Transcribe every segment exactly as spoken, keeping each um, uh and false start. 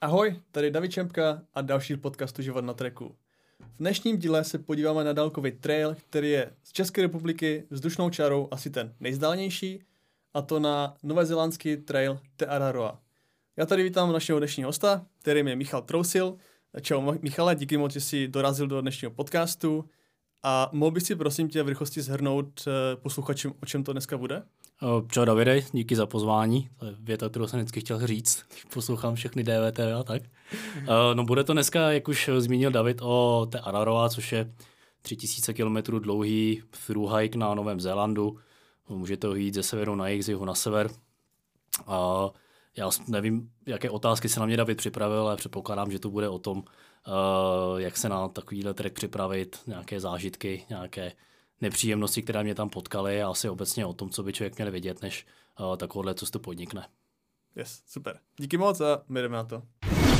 Ahoj, tady David Čempka a další podcastu Život na treku. V dnešním díle se podíváme na dálkový trail, který je z České republiky vzdušnou čarou asi ten nejzdálnější, a to na novozélandský trail Te Araroa. Já tady vítám našeho dnešního hosta, kterým je Michal Trousil. Čau Michale, díky moc, že jsi dorazil do dnešního podcastu. A mohl bys si prosím tě v rychlosti shrnout posluchačům, o čem to dneska bude? Čau Davide, díky za pozvání. To je věta, kterou jsem vždycky chtěl říct. Poslouchám všechny D V T a tak. No bude to dneska, jak už zmínil David, o Te Araroa, což je tři tisíce kilometrů dlouhý through hike na Novém Zélandu. Můžete ho jít ze severu na jih, z jihu na sever. A já nevím, jaké otázky se na mě David připravil, ale předpokládám, že to bude o tom, jak se na takovýhle trek připravit, nějaké zážitky, nějaké nepříjemnosti, které mě tam potkaly, a asi obecně o tom, co by člověk měl vědět, než uh, takovouhle, co se to podnikne. Yes, super. Díky moc a my jdeme na to.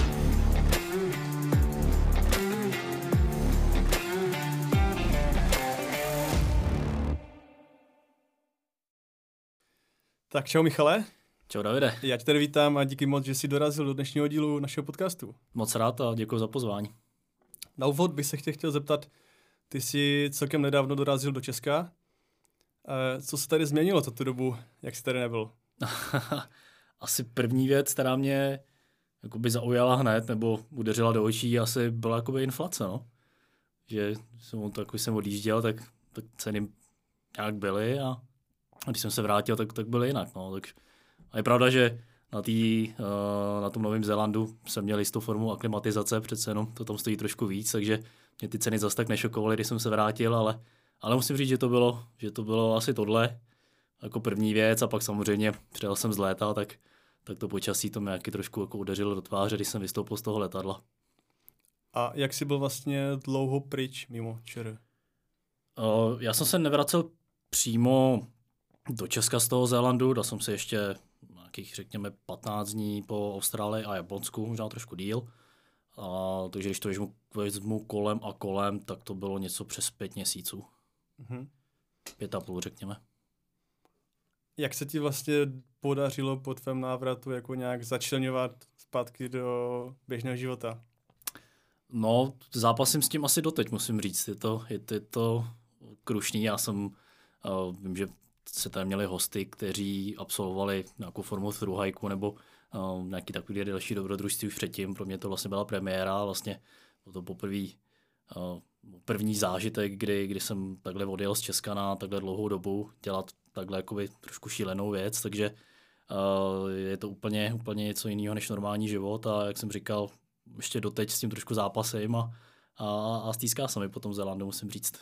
Tak čau Michale. Čau Davide. Já tě tady vítám a díky moc, že jsi dorazil do dnešního dílu našeho podcastu. Moc rád a děkuji za pozvání. Na úvod bych se tě chtěl zeptat, ty jsi celkem nedávno dorazil do Česka. Co se tady změnilo za tu dobu, jak jsi tady nebyl? Asi první věc, která mě jakoby zaujala hned, nebo udeřila do očí, asi byla jakoby inflace, no. Že jsem, tak, když jsem odjížděl, tak, tak ceny nějak byly a když jsem se vrátil, tak, tak byly jinak, no. Tak, a je pravda, že na, tý, na tom Novém Zélandu jsem měl jistou formu aklimatizace, přece jenom to tam stojí trošku víc, takže mě ty ceny zas tak nešokovaly, když jsem se vrátil, ale, ale musím říct, že to bylo, že to bylo asi tohle jako první věc, a pak samozřejmě přijel jsem z léta, tak, tak to počasí to mě nějaký trošku jako udeřilo do tváře, když jsem vystoupil z toho letadla. A jak jsi byl vlastně dlouho pryč mimo ČR? Uh, já jsem se nevracel přímo do Česka z toho Zélandu, dal jsem se ještě nějakých, řekněme, patnáct dní po Austrálii a Japonsku, možná trošku díl. A, takže když to vezmu, vezmu kolem a kolem, tak to bylo něco přes pět měsíců. Mm-hmm. Pět a půl, řekněme. Jak se ti vlastně podařilo po tvém návratu jako nějak začleňovat zpátky do běžného života? No, zápasím s tím asi doteď, musím říct. Je to, je, je to krušný. Já jsem, uh, vím, že se tady měli hosty, kteří absolvovali nějakou formu through hikeu nebo uh, nějaký takový další dobrodružství už předtím. Pro mě to vlastně byla premiéra, vlastně to poprvý, uh, první zážitek, kdy, kdy jsem takhle odjel z Česka na takhle dlouhou dobu dělat takhle jakoby trošku šílenou věc, takže uh, je to úplně, úplně něco jiného než normální život, a jak jsem říkal, ještě doteď s tím trošku zápasím a, a, a stýská se mi po tom Zélandu, musím říct.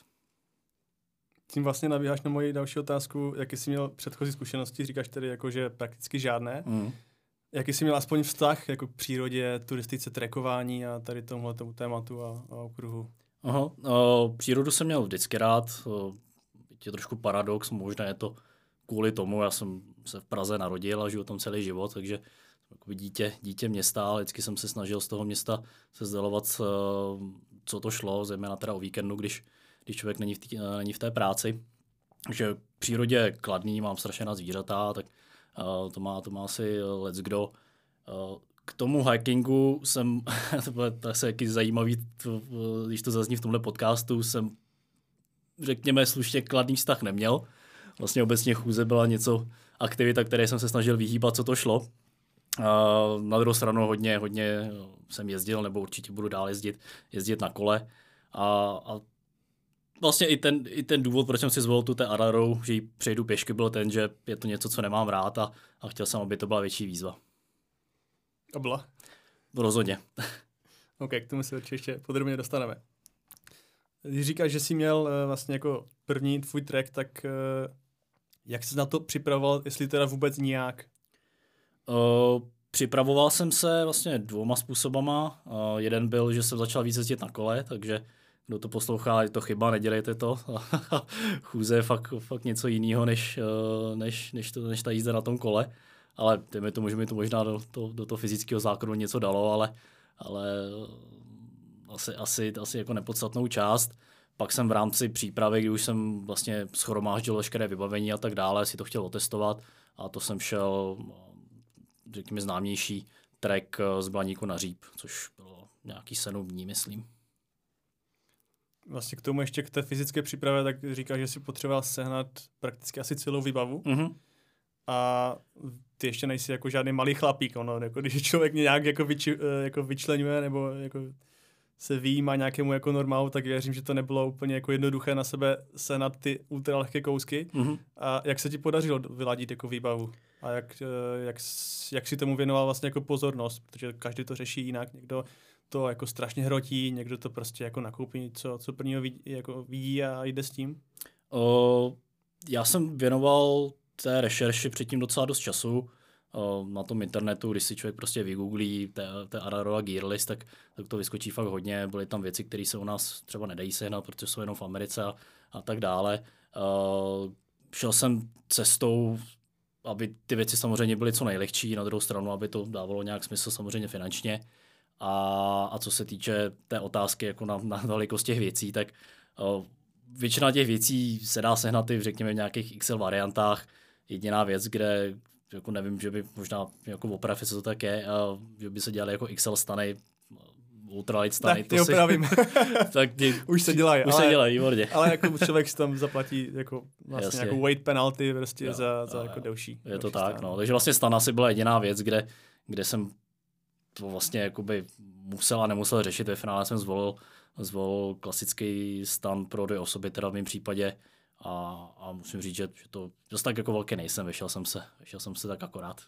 Tím vlastně nabíháš na moji další otázku, jaký jsi měl předchozí zkušenosti, říkáš tedy jako, že prakticky žádné. Mm. Jaký jsi měl aspoň vztah jako k přírodě, turistice, trekování a tady tomuhle tomu tématu a, a okruhu? Aha, uh, přírodu jsem měl vždycky rád, uh, je trošku paradox, možná je to kvůli tomu, já jsem se v Praze narodil a žiju tam celý život, takže jako dítě, dítě města, ale vždycky jsem se snažil z toho města se sdělovat, uh, co to šlo, zejména teda o víkendu, když když člověk není v, tý, není v té práci. Takže v přírodě je kladný, mám strašně rád zvířata, tak uh, to, má, to má asi leckdo. Uh, k tomu hikingu jsem, to bude asi jaký zajímavý, to, když to zazní v tomhle podcastu, jsem, řekněme, slušně kladný vztah neměl. Vlastně obecně chůze byla něco, aktivita, které jsem se snažil vyhýbat, co to šlo. Uh, na druhou stranu hodně, hodně jsem jezdil, nebo určitě budu dál jezdit, jezdit na kole. A, a vlastně i ten, i ten důvod, proč jsem si zvolil tu Te Ararou, že ji přejdu pěšky, byl ten, že je to něco, co nemám rád, a, a chtěl jsem, aby to byla větší výzva. A byla? Rozhodně. OK, k tomu se určitě ještě podrobně dostaneme. Když říkáš, že jsi měl vlastně jako první tvůj trek, tak jak jsi na to připravoval, jestli teda vůbec nijak? Uh, připravoval jsem se vlastně dvouma způsobama. Uh, jeden byl, že jsem začal víc jezdit na kole, takže kdo to poslouchá, je to chyba, nedělejte to. Chůze je fakt, fakt něco jiného, než, než, než, to, než ta jízda na tom kole. Ale dejme tomu, že mi to možná do, to, do toho fyzického základu něco dalo, ale, ale asi, asi, asi jako nepodstatnou část. Pak jsem v rámci přípravy, kdy už jsem vlastně shromáždil veškeré vybavení a tak dále, si to chtěl otestovat, a to jsem šel, řekněme, známější trek z Blaníku na Říp, což bylo nějaký sedm dní, myslím. Vlastně k tomu ještě k té fyzické přípravě, tak říkáš, že si potřeboval sehnat prakticky asi celou výbavu. Mm-hmm. A ty ještě nejsi jako žádný malý chlapík, ono, jako když člověk nějak jako, vyči, jako vyčleňuje nebo jako se výjímá nějakému jako normálu, tak věřím, že to nebylo úplně jako jednoduché na sebe sehnat ty ultralehké kousky. Mm-hmm. A jak se ti podařilo vyladit jako výbavu? A jak, jak, jak si tomu věnoval vlastně jako pozornost? Protože každý to řeší jinak, někdo to jako strašně hrotí, někdo to prostě jako nakoupí, co, co prvního vidí, jako vidí a jde s tím. Uh, já jsem věnoval té rešerši předtím docela dost času. Uh, na tom internetu, když si člověk prostě vygooglí té, té Ararova gear list, tak, tak to vyskočí fakt hodně. Byly tam věci, které se u nás třeba nedají sehnat, protože jsou jenom v Americe a, a tak dále. Uh, šel jsem cestou, aby ty věci samozřejmě byly co nejlehčí, na druhou stranu, aby to dávalo nějak smysl samozřejmě finančně. A, a co se týče té otázky jako na, na velikost těch věcí, tak uh, většina těch věcí se dá sehnat i řekněme v nějakých X L variantách. Jediná věc, kde jako nevím, že by možná jako v opravě se to tak je, a že by se dělali jako X L stany, ultralight stany. Tak ty opravím. tak ty, už se dělají. Už ale, se dělají, výborně. Ale jako člověk si tam zaplatí jako vlastně Jasně. nějakou weight penalty prostě jo, za, za jo, jako delší. Je to delší tak, stán. no. Takže vlastně stan asi byla jediná věc, kde, kde jsem to vlastně jakoby musel a nemusel řešit. Ve finále jsem zvolil, zvolil klasický stan pro dvě osoby, teda v mém případě. A, a musím říct, že, že to dost tak jako velký nejsem, vyšel jsem se, vyšel jsem se tak akorát.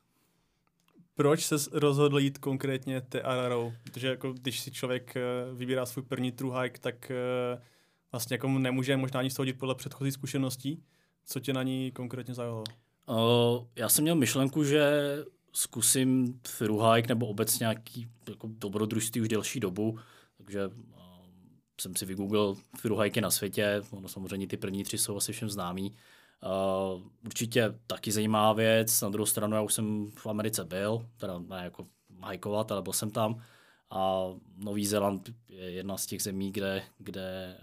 Proč se rozhodl jít konkrétně té Ararou? Protože jako, když si člověk vybírá svůj první true hike, tak vlastně jako nemůže možná ani soudit podle předchozí zkušeností. Co tě na ní konkrétně zaujalo? Uh, já jsem měl myšlenku, že zkusím thru hike nebo obecně nějaký jako dobrodružství už delší dobu, takže uh, jsem si vygooglil thru hiky na světě, ono samozřejmě ty první tři jsou asi všem známý. Uh, určitě taky zajímavá věc, na druhou stranu já už jsem v Americe byl, teda ne jako hajkovat, ale byl jsem tam a Nový Zéland je jedna z těch zemí, kde, kde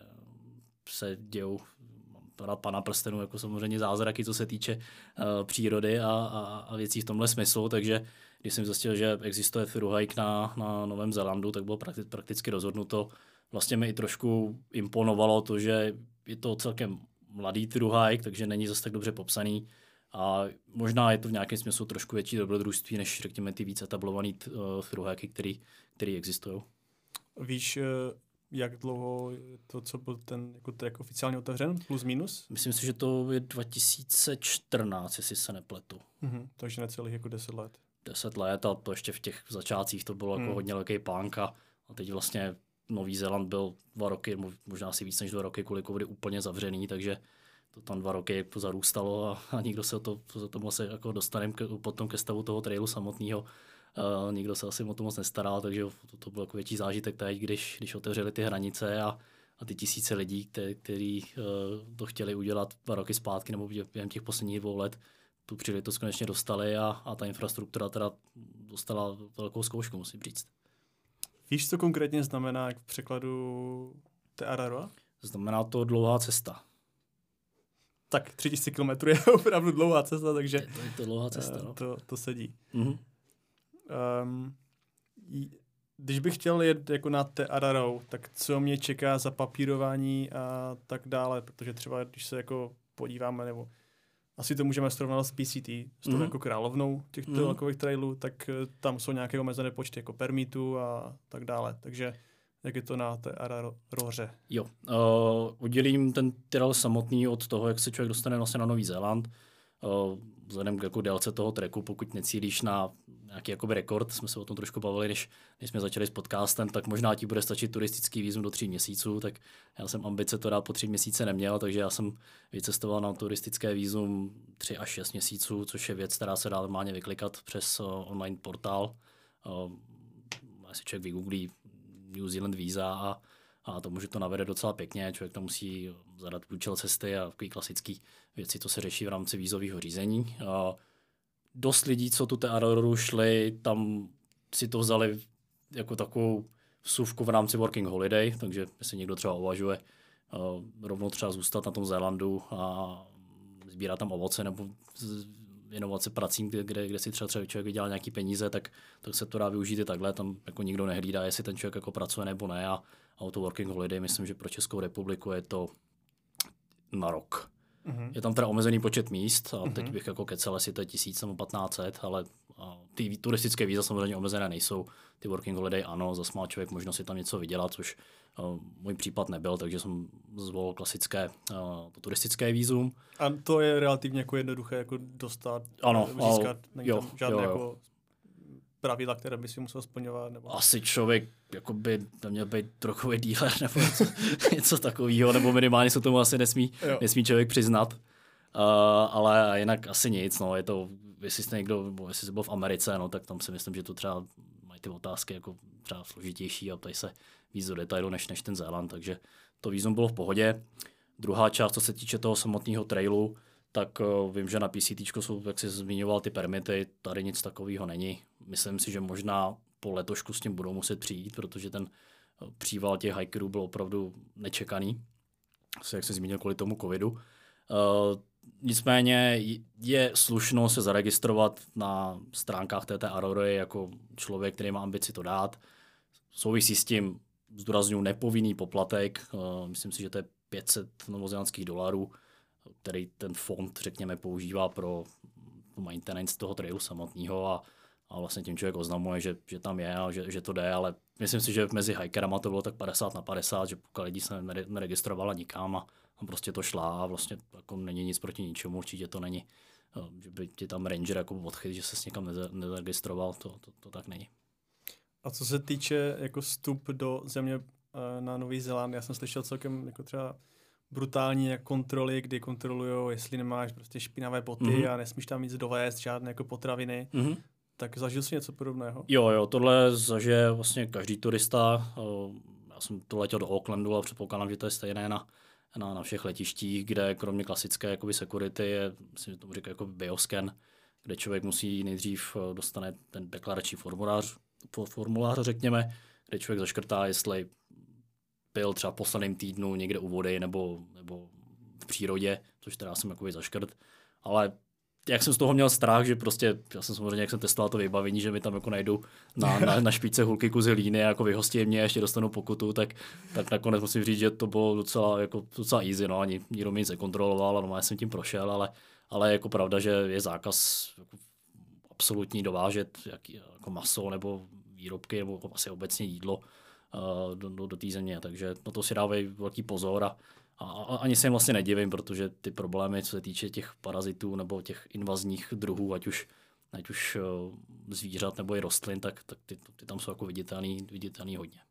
se dějou pana prstenů, jako samozřejmě zázraky, co se týče uh, přírody a, a, a věcí v tomhle smyslu, takže když jsem zjistil, že existuje thru hike na, na Novém Zélandu, tak bylo prakti- prakticky rozhodnuto. Vlastně mi i trošku imponovalo to, že je to celkem mladý thru hike, takže není zase tak dobře popsaný a možná je to v nějakém smyslu trošku větší dobrodružství, než řekněme ty víc etablovaný uh, thru hiky, který, který existují. Víš, jak dlouho to, co byl ten jako track oficiálně otevřen, plus minus? Myslím si, že to je dva tisíce čtrnáct, jestli se nepletu. Mhm, takže necelých jako deset let. Deset let a to ještě v těch začátcích to bylo jako hmm. hodně velký punk a, a teď vlastně Nový Zéland byl dva roky, možná asi víc než dva roky kvůli covidu úplně zavřený, takže to tam dva roky zarůstalo a, a nikdo se o to, to tomu se jako dostaneme k, potom ke stavu toho trailu samotného. Uh, nikdo se asi o to moc nestaral, takže to, to byl jako větší zážitek teď, když, když otevřeli ty hranice a, a ty tisíce lidí, kte, kteří uh, to chtěli udělat dva roky zpátky nebo během těch posledních dvou let, tu příležitost konečně dostali a, a ta infrastruktura teda dostala velkou zkoušku, musím říct. Víš, co konkrétně znamená v překladu té Araroa? Znamená to dlouhá cesta. Tak tři tisíce kilometrů je opravdu dlouhá cesta, takže je to, je to dlouhá cesta. No. To, to sedí. Mm-hmm. Um, když bych chtěl jet jako na té Ararou, tak co mě čeká za papírování a tak dále, protože třeba když se jako podíváme, nebo asi to můžeme srovnat s P C T, s tou mm-hmm. jako královnou těchto mm-hmm. takových trailů, tak tam jsou nějaké omezené počty jako permitů a tak dále, takže jak je to na té Araroře? Jo, uh, udělím ten trail samotný od toho, jak se člověk dostane vlastně na Nový Zéland. Uh, vzhledem k jako délce toho tracku, pokud necílíš na nějaký jakoby rekord, jsme se o tom trošku bavili, než, než jsme začali s podcastem, tak možná ti bude stačit turistický vízum do tří měsíců, tak já jsem ambice to dát po tři měsíce neměl, takže já jsem vycestoval na turistické vízum tři až šest měsíců, což je věc, která se dá normálně vyklikat přes uh, online portál. Uh, asi člověk vygooglí New Zealand víza a, a tomu, že to navede docela pěkně, člověk tam musí zadat účel cesty a takový klasický věci, co se řeší v rámci vízového řízení. A dost lidí, co tu té Araroru šli, tam si to vzali jako takovou vsuvku v rámci working holiday, takže jestli někdo třeba uvažuje uh, rovnou třeba zůstat na tom Zélandu a sbírat tam ovoce nebo věnovat se pracím, kde, kde si třeba, třeba člověk vydělal nějaký peníze, tak, tak se to dá využít i takhle. Tam jako nikdo nehlídá, jestli ten člověk jako pracuje nebo ne. A, a to working holiday, myslím, že pro Českou republiku je to na rok. Mm-hmm. Je tam teda omezený počet míst a mm-hmm. teď bych jako kecel, jestli to je tisíc nebo patnáct set, ale ty turistické víza samozřejmě omezené nejsou. Ty working holiday ano, zase má člověk možnost si tam něco vydělat, což uh, můj případ nebyl, takže jsem zvolil klasické uh, turistické vízum. A to je relativně jako jednoduché jako dostat, ano, získat, není jo, tam žádné jo, jo. jako pravidla, které by si musel splňovat? Nebo... Asi člověk jako by neměl být drogový dealer nebo něco, něco takového, nebo minimálně se tomu asi nesmí, nesmí člověk přiznat. Uh, ale jinak asi nic, no, je to, jestli jste někdo, nebo jestli jste byl v Americe, no, tak tam si myslím, že to třeba mají ty otázky jako třeba složitější a ptají se víc do detailu než, než ten Zéland, takže to vízum bylo v pohodě. Druhá část, co se týče toho samotného trailu, tak uh, vím, že na PCTčko jsou, jak jsi zmiňoval, ty permity, tady nic takového není. Myslím si, že možná po letošku s tím budou muset přijít, protože ten uh, příval těch hikerů byl opravdu nečekaný, asi jak jsi zmínil kvůli tomu covidu. Uh, nicméně je slušno se zaregistrovat na stránkách té té Arory jako člověk, který má ambici to dát. Souvisí s tím, zdůrazňuji, nepovinný poplatek, uh, myslím si, že to je pět set novozélandských dolarů, který ten fond, řekněme, používá pro maintenance toho trailu samotného a, a vlastně tím člověk oznamuje, že, že tam je a že, že to jde, ale myslím si, že mezi hikerama to bylo tak padesát na padesát, že pokud lidí se neregistrovala nikam a, a prostě to šla a vlastně jako není nic proti ničemu, určitě to není, že by ti tam ranger jako odchyt, že se s někam nezaregistroval, to, to, to tak není. A co se týče jako vstup do země na Nový Zéland, já jsem slyšel celkem jako třeba brutální kontroly, kdy kontrolujou, jestli nemáš prostě špinavé boty mm-hmm. a nesmíš tam nic dovést, žádné jako potraviny. Mm-hmm. Tak zažil jsi něco podobného? Jo, jo, tohle zažije vlastně každý turista. Já jsem to letěl do Aucklandu a předpokládám, že to je stejné na, na, na všech letištích, kde kromě klasické jakoby security je, myslím, že tomu říká jako bioscan, kde člověk musí nejdřív dostane ten deklarační formulář, formulář, řekněme, kde člověk zaškrtá, jestli byl třeba v posledním týdnu někde u vody nebo, nebo v přírodě, což teda jsem jakoby zaškrt, ale jak jsem z toho měl strach, že prostě, já jsem samozřejmě, jak jsem testoval to vybavení, že mi tam jako najdu na, na, na špičce hulky kus hlíny a jako vyhostí mě a ještě dostanu pokutu, tak, tak nakonec musím říct, že to bylo docela, jako, docela easy, no, ani nikdo mě nic nekontroloval, ale no, já jsem tím prošel, ale, ale jako pravda, že je zákaz jako absolutní dovážet jak, jako maso nebo výrobky nebo asi obecně jídlo do, do, do té země, takže na to si dávají velký pozor a, a, a ani se jim vlastně nedivím, protože ty problémy, co se týče těch parazitů nebo těch invazních druhů, ať už, ať už uh, zvířat nebo i rostlin, tak, tak ty, ty tam jsou jako viditelný, viditelný hodně.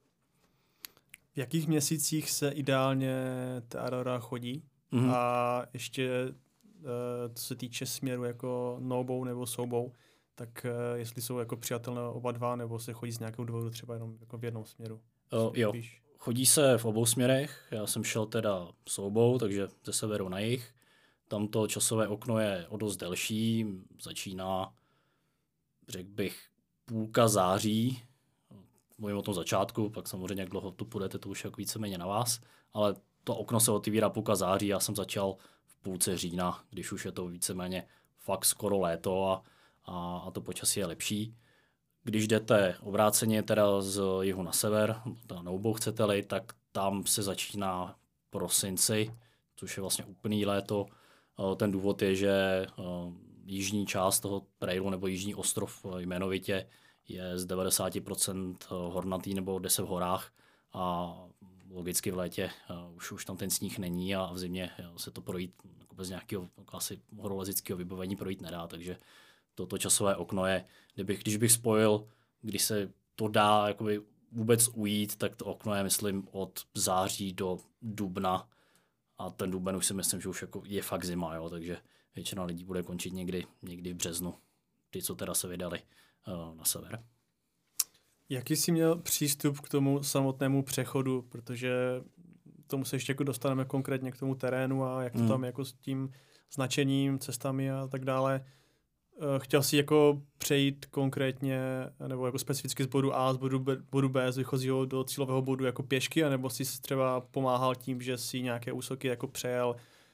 V jakých měsících se ideálně ta Aurora chodí? Mm-hmm. A ještě uh, co se týče směru jako no-bow nebo so-bow, tak uh, jestli jsou jako přijatelné oba dva, nebo se chodí z nějakého důvodu třeba jenom jako v jednom směru? Uh, jo, píš? Chodí se v obou směrech. Já jsem šel teda soubou, takže ze severu na jih. Tam to časové okno je o dost delší. Začíná, řekl bych, půlka září. Mluvím o tom začátku, pak samozřejmě, jak dlouho tu půjdete, to už je jako víceméně na vás. Ale to okno se otevírá půlka září. Já jsem začal v půlce října, když už je to víceméně fakt skoro léto a A, a to počasí je lepší. Když jdete obráceně teda z jihu na sever, na no-bow chcete-li, tak tam se začíná v prosinci, což je vlastně úplný léto. Ten důvod je, že jižní část toho trailu nebo jižní ostrov jmenovitě je z devadesát procent hornatý nebo jde se v horách a logicky v létě už, už tam ten sníh není a v zimě se to projít jako bez nějakého jako asi horolezického vybavení projít nedá, takže toto časové okno je, kdybych, když bych spojil, když se to dá jakoby vůbec ujít, tak to okno je, myslím, od září do dubna a ten duben už si myslím, že už jako je fakt zima, jo, takže většina lidí bude končit někdy, někdy v březnu, ty, co teda se vydali uh, na sever. Jaký jsi měl přístup k tomu samotnému přechodu, protože tomu se ještě jako dostaneme konkrétně k tomu terénu a jak to hmm. tam jako s tím značením, cestami a tak dále. Chtěl jsi jako přejít konkrétně nebo jako specificky z bodu A z bodu B, bodu B z výchozího do cílového bodu jako pěšky, anebo jsi třeba pomáhal tím, že si nějaké úseky jako přejel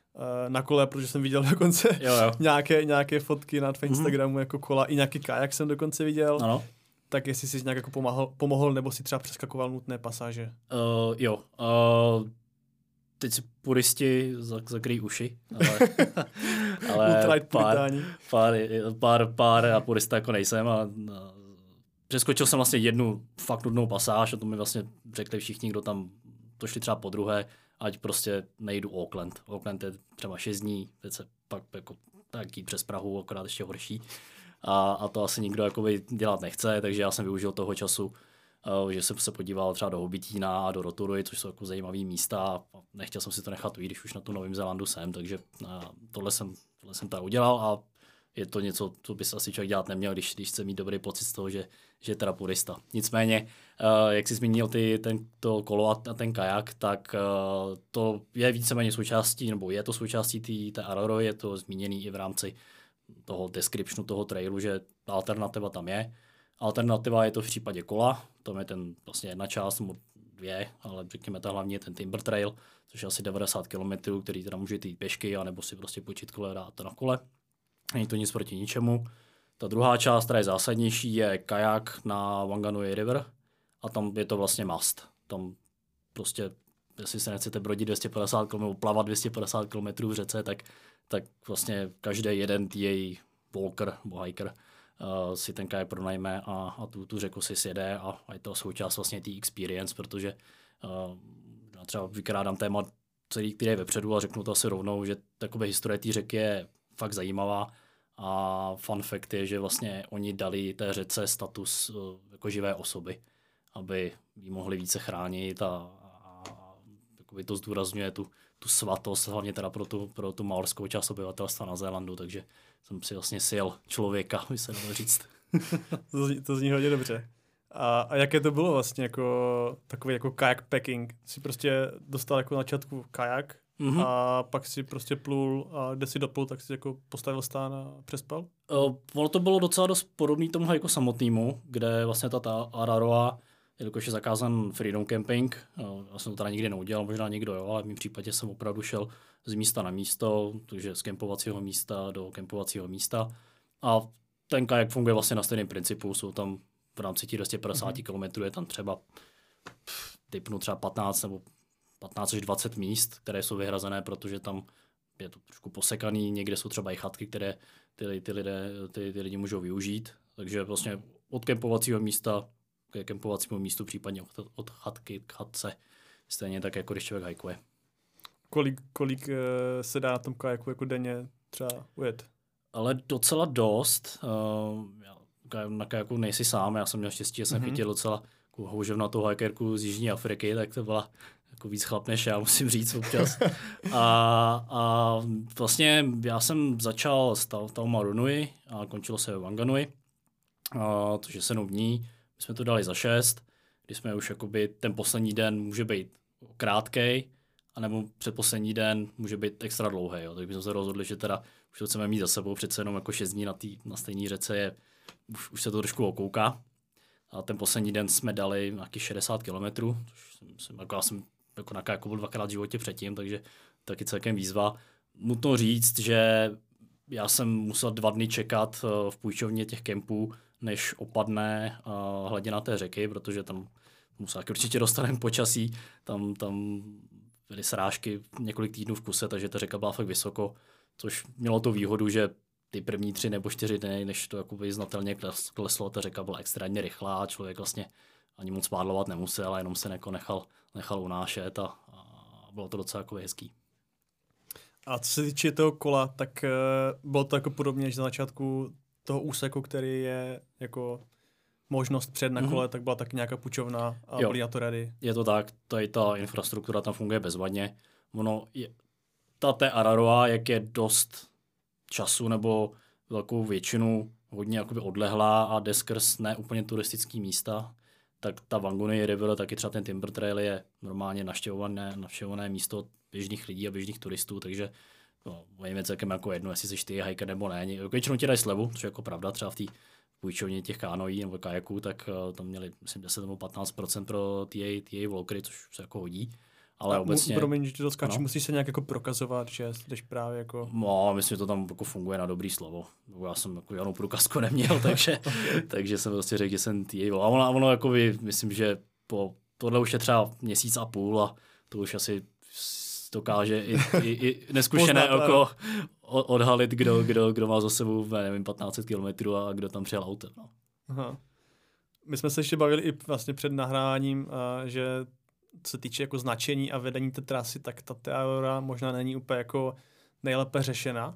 na kole, protože jsem viděl dokonce jo, jo. nějaké, nějaké fotky na tvém Instagramu mm. jako kola, i nějaký kajak jsem dokonce viděl. Ano. Tak jestli jsi nějak jako pomohl, pomohl, nebo si třeba přeskakoval nutné pasáže? Uh, jo. Uh, teď si puristi zakryjí uši, ale, ale pár, pár, pár, pár a purista jako nejsem. A, a přeskočil jsem vlastně jednu fakt nudnou pasáž a to mi vlastně řekli všichni, kdo tam došli třeba po druhé, ať prostě nejdu Auckland. Auckland je třeba šest dní, teď se pak jako tak jít přes Prahu, akorát ještě horší. A, a to asi nikdo jakoby dělat nechce, takže já jsem využil toho času, uh, že jsem se podíval třeba do Hobitína a do Rotoruji, což jsou jako zajímavé místa a nechtěl jsem si to nechat ujít, když už na tu Novém Zélandu jsem, takže uh, tohle jsem, tohle jsem tady udělal a je to něco, co by se asi člověk dělat neměl, když, když chce mít dobrý pocit z toho, že, že je teda purista. Nicméně, uh, jak jsi zmínil ty, ten, to kolo a ten kajak, tak uh, to je víceméně součástí, nebo je to součástí tý, té Araroy, je to zmíněný i v rámci toho descriptionu toho trailu, že ta alternativa tam je. Alternativa je to v případě kola, to je ten vlastně jedna část, dvě, ale řekněme ta hlavně je ten Timber Trail, což je asi devadesát kilometrů, který teda můžete jít pěšky, anebo si prostě počít kole dát to na kole. Není to nic proti ničemu. Ta druhá část, která je zásadnější, je kajak na Wanganui River a tam je to vlastně must. Tam prostě, jestli se nechcete brodit dvě stě padesát kilometrů, plavat dvě stě padesát kilometrů v řece, tak, tak vlastně každý jeden T A walker nebo hiker uh, si ten kajak pronajme a, a tu, tu řeku si sjede a, a je to součást vlastně té experience, protože uh, já třeba vykrádám téma celý, který je vepředu a řeknu to asi rovnou, že takové historie té řeky je fakt zajímavá a fun fact je, že vlastně oni dali té řece status uh, jako živé osoby, aby ji mohli více chránit a, a, a to zdůrazňuje tu, tu svatost, hlavně teda pro tu, pro tu maorskou část obyvatelstva na Zélandu, takže jsem si vlastně sjel člověka, by se dalo říct. to, zní, to zní hodně dobře. A, a jaké to bylo vlastně jako takový jako kajakpacking? Jsi prostě dostal jako na začátku kajak mm-hmm. a pak si prostě plul a kde si doplul, tak si jako postavil stán a přespal? Uh, ono to bylo docela dost podobný tomu jako samotnému, kde vlastně ta, ta Araroa, jelikož je zakázán freedom camping, uh, já jsem to teda nikdy neudělal, možná někdo jo, ale v mém případě jsem opravdu šel z místa na místo, takže z kempovacího místa do kempovacího místa a ten kajak funguje vlastně na stejném principu, jsou tam v rámci těch dvě stě padesát mm-hmm. kilometrů je tam třeba typnu třeba patnáct nebo patnáct až dvacet míst, které jsou vyhrazené, protože tam je to trošku posekaný, někde jsou třeba i chatky, které ty, ty, lidé, ty, ty lidi můžou využít, takže vlastně od kempovacího místa k kempovacímu místu, případně od, od chatky k chatce, stejně tak, jako když člověk hajkuje. Kolik, kolik uh, se dá na tom kajaku jako denně třeba ujet? Ale docela dost. Uh, já na kajaku nejsi sám, já jsem měl štěstí, že jsem mm-hmm. chytil docela houževnatou hajkerku z Jižní Afriky, tak to byla jako víc chlap než já, musím říct občas. a, a vlastně já jsem začal s Taumarunui a končilo se v Wanganui, uh, což je sedm dní. My jsme to dali za šest, kdy jsme už jakoby ten poslední den může být krátkej, anebo předposlední den může být extra dlouhý. Jo. Tak jsme se rozhodli, že teda už to chceme mít za sebou, přece jenom jako šest dní na, tý, na stejné řece je, už, už se to trošku okouká. A ten poslední den jsme dali nějakých šedesát kilometrů, což jsem, jsem, jako já jsem jako na kajaku byl dvakrát v životě předtím, takže taky celkem výzva. Nutno říct, že já jsem musel dva dny čekat v půjčovně těch kempů, než opadne uh, hladina té řeky, protože tam musel určitě dostaneme počasí, tam, tam byly srážky několik týdnů v kuse, takže ta řeka byla fakt vysoko, což mělo tu výhodu, že ty první tři nebo čtyři dny, než to jakoby znatelně kleslo, ta řeka byla extrémně rychlá a člověk vlastně ani moc pádlovat nemusel, jenom se jako nechal, nechal unášet a, a bylo to docela jako hezký. A co se týče toho kola, tak uh, bylo to jako podobně, že na začátku toho úseku, který je jako možnost před na kole, mm-hmm. tak byla taky nějaká půjčovna a byli na to ready. Je to tak, tady ta infrastruktura tam funguje bezvadně. Ono je, ta té Araroa, jak je dost času nebo velkou většinu hodně jakoby odlehlá a jde skrz ne úplně turistický místa, tak ta Wanganui River, taky třeba ten Timber Trail je normálně navštěvované, navštěvované místo běžných lidí a běžných turistů, takže no, je mi celkem jako jedno, jestli jsi ty hiker nebo ne. Většinou ti dají slevu, což je jako pravda, třeba v té půjčovně těch kánoí nebo kajaků, tak uh, tam měli myslím deset nebo patnáct procent pro T A, T A walkery, což se jako hodí. Ale a obecně... Promiň, že to skáču, musíš se nějak jako prokazovat, že jdeš právě jako... No, myslím, že to tam jako funguje na dobrý slovo. Já jsem jako žádnou průkazku neměl, takže, takže jsem prostě řekl, že jsem tý. A ono, a ono jako by, myslím, že po, tohle už je třeba měsíc a půl a to už asi dokáže i, i, i neskušené oko odhalit, kdo, kdo, kdo má za sebou, nevím, patnáct set kilometrů a kdo tam přijel autem. No. Aha. My jsme se ještě bavili i vlastně před nahráním, že co se týče jako značení a vedení té trasy, tak ta Teaura možná není úplně jako nejlépe řešena.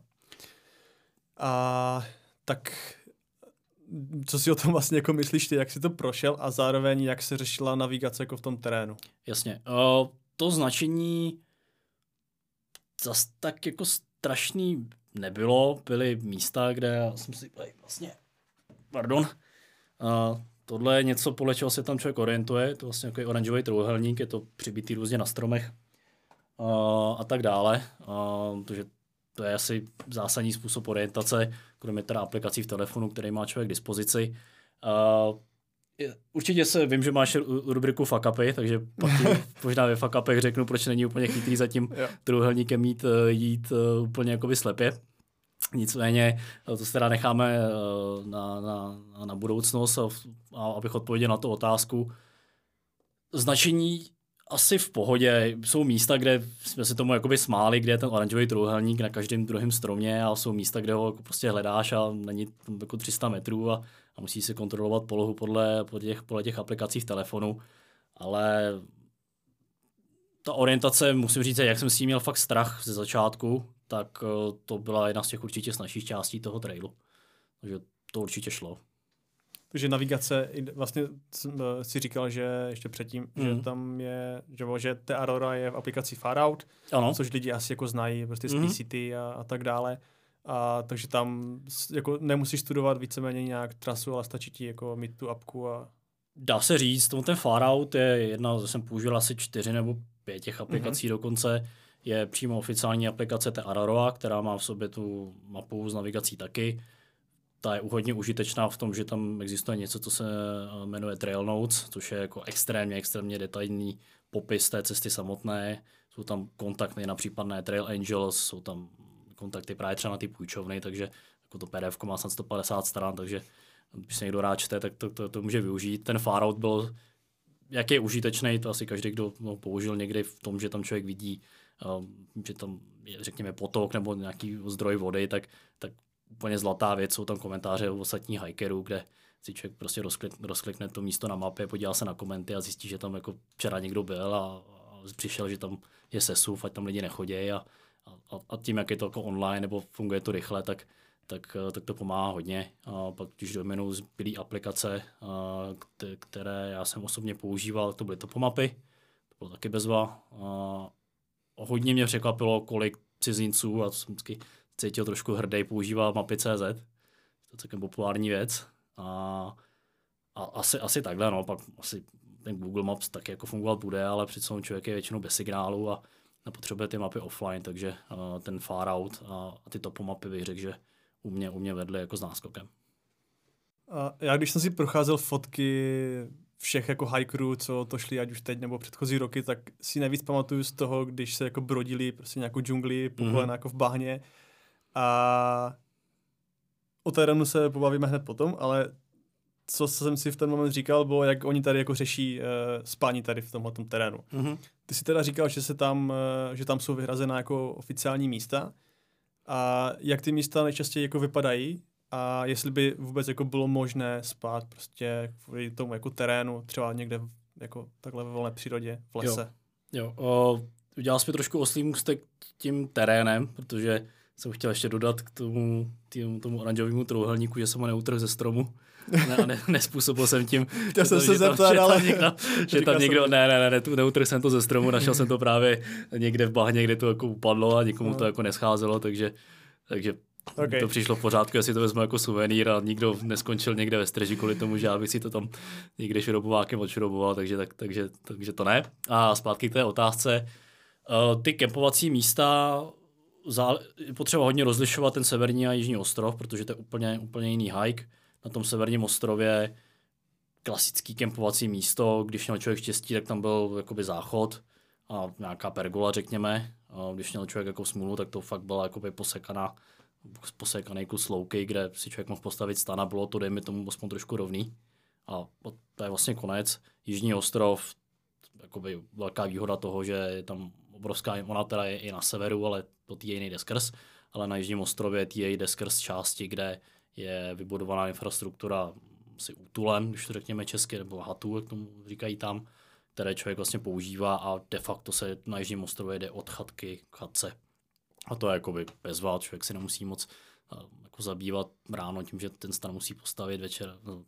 A tak co si o tom vlastně jako myslíš ty, jak jsi to prošel a zároveň jak se řešila navigace jako v tom terénu? Jasně. Uh, to značení zas tak jako strašný nebylo. Byly místa, kde já jsem si vlastně, pardon, uh, tohle je něco, podle čeho se tam člověk orientuje, to vlastně jako oranžový trojúhelník, je to přibitý různě na stromech uh, a tak dále, uh, protože to je asi zásadní způsob orientace, kromě teda aplikací v telefonu, který má člověk k dispozici. Uh, určitě se vím, že máš rubriku fuck upy, takže pak možná ve fuck upech řeknu, proč není úplně chytrý za tím trojúhelníkem jít, jít uh, úplně jakoby slepě. Nicméně to se teda necháme na, na, na budoucnost a, a abych odpověděl na tu otázku. Značení asi v pohodě. Jsou místa, kde jsme si tomu jakoby smáli, kde je ten oranžový trojúhelník na každém druhém stromě a jsou místa, kde ho jako prostě hledáš a není tam jako tři sta metrů a, a musíš si kontrolovat polohu podle, podle, těch, podle těch aplikací v telefonu. Ale ta orientace, musím říct, jak jsem s tím měl fakt strach ze začátku, tak to byla jedna z těch určitě snazších částí toho trailu. Takže to určitě šlo. Takže navigace, vlastně si říkal, že ještě předtím, mm. že tam je, že, že ta Aurora je v aplikaci Farout, ano. Což lidi asi jako znají, prostě z mm. P C T a, a tak dále. A takže tam jako nemusíš studovat víceméně nějak trasu, ale stačí ti jako mít tu apku a... Dá se říct, tomu ten Farout je jedna, jsem použil asi čtyři nebo pět těch aplikací mm. dokonce. Je přímo oficiální aplikace té Aurora, která má v sobě tu mapu s navigací taky. Ta je hodně užitečná v tom, že tam existuje něco, co se jmenuje Trail Notes, což je jako extrémně, extrémně detailní popis té cesty samotné. Jsou tam kontakty na případné Trail Angels, jsou tam kontakty právě třeba na ty půjčovny, takže jako to P D F má snad sto padesát stran, takže když se někdo rád čte, tak to, to, to může využít. Ten Farout byl, jak je užitečný, to asi každý, kdo ho použil někdy v tom, že tam člověk vidí, že tam je, řekněme, potok nebo nějaký zdroj vody, tak, tak úplně zlatá věc, jsou tam komentáře od ostatních hikerů, kde si člověk prostě rozklik, rozklikne to místo na mapě, podívá se na komenty a zjistí, že tam jako včera někdo byl a, a přišel, že tam je sesuv, ať tam lidi nechodí a, a, a tím, jak je to jako online nebo funguje to rychle, tak, tak, tak to pomáhá hodně. A pak když dominou zbylý aplikace, které já jsem osobně používal, to byly topomapy, to bylo taky bezva. A hodně mě překvapilo, kolik cizinců, a to jsem vždycky cítil trošku hrdý, používá mapy tečka cé zet. To je celkem populární věc. A, a asi, asi takhle, no, pak asi ten Google Maps taky jako fungovat bude, ale přece člověk je většinou bez signálu a nepotřebuje ty mapy offline, takže uh, ten Farout a, a ty topomapy bych řekl, že u mě, u mě vedly jako s náskokem. A já když jsem si procházel fotky všech jako hikerů, co to šli ať už teď nebo předchozí roky, tak si nejvíc pamatuju z toho, když se jako brodili prostě nějakou džungli, po kolena mm-hmm. jako v bahně. A o terénu se pobavíme hned potom, ale co jsem si v ten moment říkal, bylo, jak oni tady jako řeší uh, spání tady v tomhletom terénu. Mm-hmm. Ty si teda říkal, že se tam, uh, že tam jsou vyhrazená jako oficiální místa. A jak ty místa nejčastěji jako vypadají? A jestli by vůbec jako bylo možné spát prostě kvůli tomu jako terénu, třeba někde jako takhle ve volné přírodě, v lese. Jo, jo. O, udělal jsi mi trošku oslý můstek tím terénem, protože jsem chtěl ještě dodat k tomu, tím, tomu oranžovému trojúhelníku, že jsem ho neutrhl ze stromu. Ne, ne, nespůsobil jsem tím. Chtěl jsem se zeptat, ale... Že tam, že tam někdo, ne, ne, ne, ne neutrhl jsem to ze stromu, našel jsem to právě někde v bahně, kde to jako upadlo a nikomu to jako nescházelo, takže, takže okay. To přišlo v pořádku, jestli to vezmu jako suvenýr a nikdo neskončil někde ve streži kvůli tomu, že já bych si to tam někde šrobovákem odšroboval, takže, tak, takže, takže to ne. A zpátky k té otázce. Ty kempovací místa je potřeba hodně rozlišovat ten severní a jižní ostrov, protože to je úplně, úplně jiný hike. Na tom severním ostrově klasický kempovací místo, když měl člověk štěstí, tak tam byl jakoby záchod a nějaká pergola, řekněme. A když měl člověk jako smůlu, tak to fakt byla jakoby posekaná, posekaný kus louky, kde si člověk mohl postavit stan a bylo to, dejme tomu, aspoň trošku rovný. A to je vlastně konec. Jižní ostrov, jakoby velká výhoda toho, že je tam obrovská, ona teda je i na severu, ale to T A nejde skrz, ale na Jižním ostrově T A jde skrz části, kde je vybudovaná infrastruktura si útulen, když to řekněme česky, nebo hatu, jak tomu říkají tam, které člověk vlastně používá a de facto se na Jižním ostrově jde od chatky k chatce. A to je jakoby bezvá, člověk si nemusí moc jako zabývat ráno tím, že ten stan musí postavit večer, no,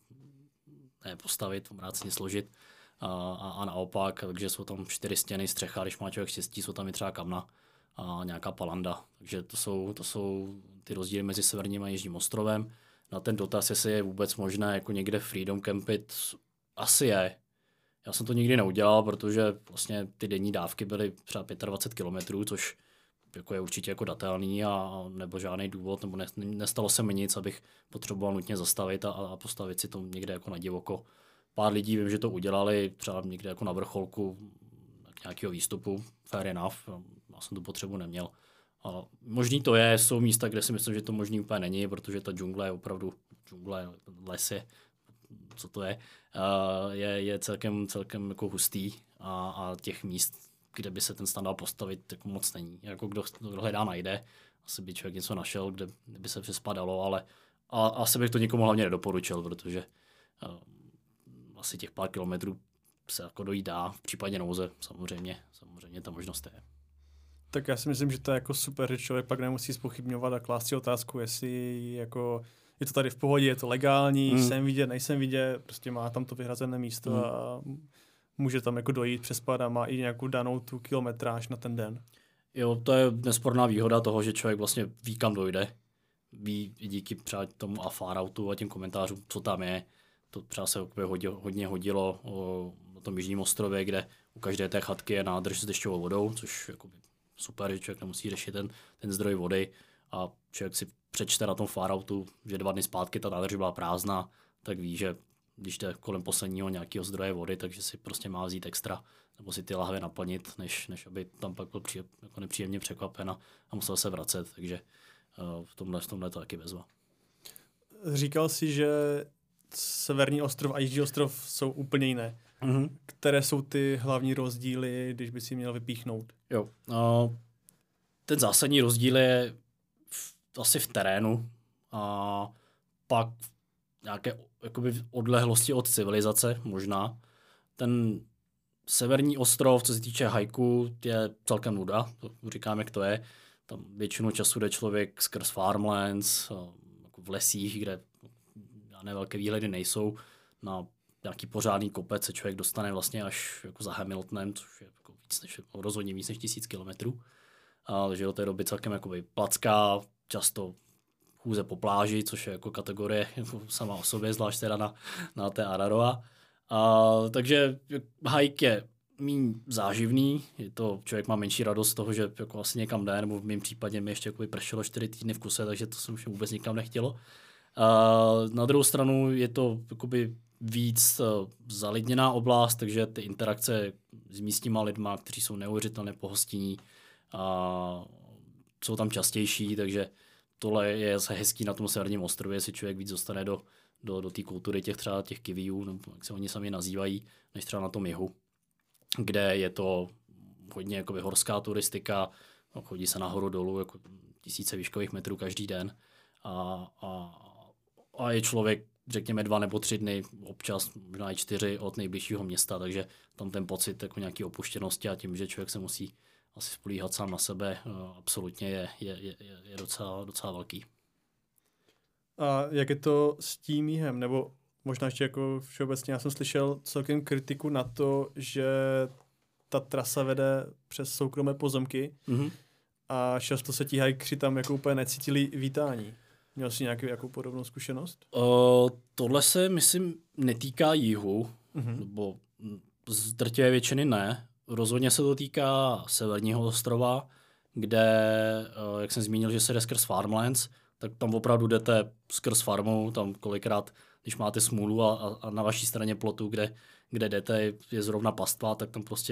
ne postavit, obráceně složit a, a, a naopak, takže jsou tam čtyři stěny, střecha, když má člověk štěstí, jsou tam i třeba kamna a nějaká palanda. Takže to jsou, to jsou ty rozdíly mezi severním a jižním ostrovem. Na ten dotaz, jestli je vůbec možné jako někde freedom campit, asi je. Já jsem to nikdy neudělal, protože vlastně ty denní dávky byly třeba dvacet pět kilometrů, což jako je určitě jako datelný a nebo žádný důvod, nebo ne, nestalo se mi nic, abych potřeboval nutně zastavit a, a postavit si to někde jako na divoko. Pár lidí vím, že to udělali třeba někde jako na vrcholku nějakého výstupu, fair enough, já jsem tu potřebu neměl. A možný to je, jsou místa, kde si myslím, že to možný úplně není, protože ta džungle je opravdu, džungle, les je, co to je, je, je celkem, celkem jako hustý a, a těch míst, kde by se ten stan dal postavit, tak moc není. Jako kdo, kdo hledá, najde. Asi by člověk něco našel, kde, kde by se přespadalo, ale a, asi bych to nikomu hlavně nedoporučil, protože uh, asi těch pár kilometrů se jako dojít dá, v případě nouze samozřejmě, samozřejmě ta možnost je. Tak já si myslím, že to je jako super, že člověk pak nemusí zpochybňovat a klást si otázku, jestli jako je to tady v pohodě, je to legální, hmm. jsem vidět, nejsem vidět, prostě má tam to vyhrazené místo hmm. a může tam jako dojít, přespat a má i nějakou danou tu kilometráž na ten den. Jo, to je nesporná výhoda toho, že člověk vlastně ví, kam dojde. Ví díky třeba tomu a Faroutu a těm komentářům, co tam je. To třeba se hodilo, hodně hodilo o, o tom Jižním ostrově, kde u každé té chatky je nádrž s dešťovou vodou, což je super, že člověk nemusí řešit ten, ten zdroj vody a člověk si přečte na tom Faroutu, že dva dny zpátky ta nádrž byla prázdná, tak ví, že když jde kolem posledního nějakého zdroje vody, takže si prostě má vzít extra, nebo si ty lahve naplnit, než, než aby tam pak byl příjem, jako nepříjemně překvapen a, a musel se vracet, takže uh, v tomhle, v tomhle to taky bezva. Říkal jsi, že severní ostrov a jižní ostrov jsou úplně jiné. Mm-hmm. Které jsou ty hlavní rozdíly, když by si měl vypíchnout? Jo, uh, ten zásadní rozdíl je v, asi v terénu a pak nějaké jakoby odlehlosti od civilizace možná. Ten severní ostrov, co se týče hajku, je celkem nuda, to říkám, jak to je. Tam většinu času jde člověk skrz farmlands, jako v lesích, kde žádné velké výhledy nejsou. Na nějaký pořádný kopec se člověk dostane vlastně až jako za Hamiltonem, což je jako víc než, rozhodně víc než tisíc kilometrů. Takže do té doby celkem jakoby placká, často chůze po pláži, což je jako kategorie sama o sobě, zvlášť teda na, na té Araroa. A, takže hike je méně záživný, je to, člověk má menší radost z toho, že jako asi někam jde, nebo v mém případě mi ještě jakoby pršelo čtyři týdny v kuse, takže to jsem už vůbec nikam nechtělo. A, na druhou stranu je to jakoby víc uh, zalidněná oblast, takže ty interakce s místníma lidma, kteří jsou neuvěřitelně pohostinní, a jsou tam častější, takže tohle je hezký na tom severním ostrově, si člověk víc dostane do, do, do té kultury těch třeba těch kiwiů, nebo jak se oni sami nazývají, než třeba na tom jihu, kde je to hodně jakoby horská turistika, chodí se nahoru dolů jako tisíce výškových metrů každý den a, a, a je člověk, řekněme, dva nebo tři dny, občas možná i čtyři od nejbližšího města, takže tam ten pocit jako nějaký opuštěnosti a tím, že člověk se musí asi spolíhat sám na sebe, absolutně je, je, je, je docela, docela velký. A jak je to s tím jihem? Nebo možná ještě jako všeobecně, já jsem slyšel celkem kritiku na to, že ta trasa vede přes soukromé pozemky mm-hmm. a často se ti hajkři tam jako úplně necítili vítání. Měl jsi nějakou jako podobnou zkušenost? Uh, tohle se, myslím, netýká jihu, mm-hmm. nebo z drtivé většiny ne. Rozhodně se to týká severního ostrova, kde, jak jsem zmínil, že se jde skrz farmlands, tak tam opravdu jdete skrz farmou, tam kolikrát, když máte smůlu a, a na vaší straně plotu, kde, kde jdete, je zrovna pastva, tak tam prostě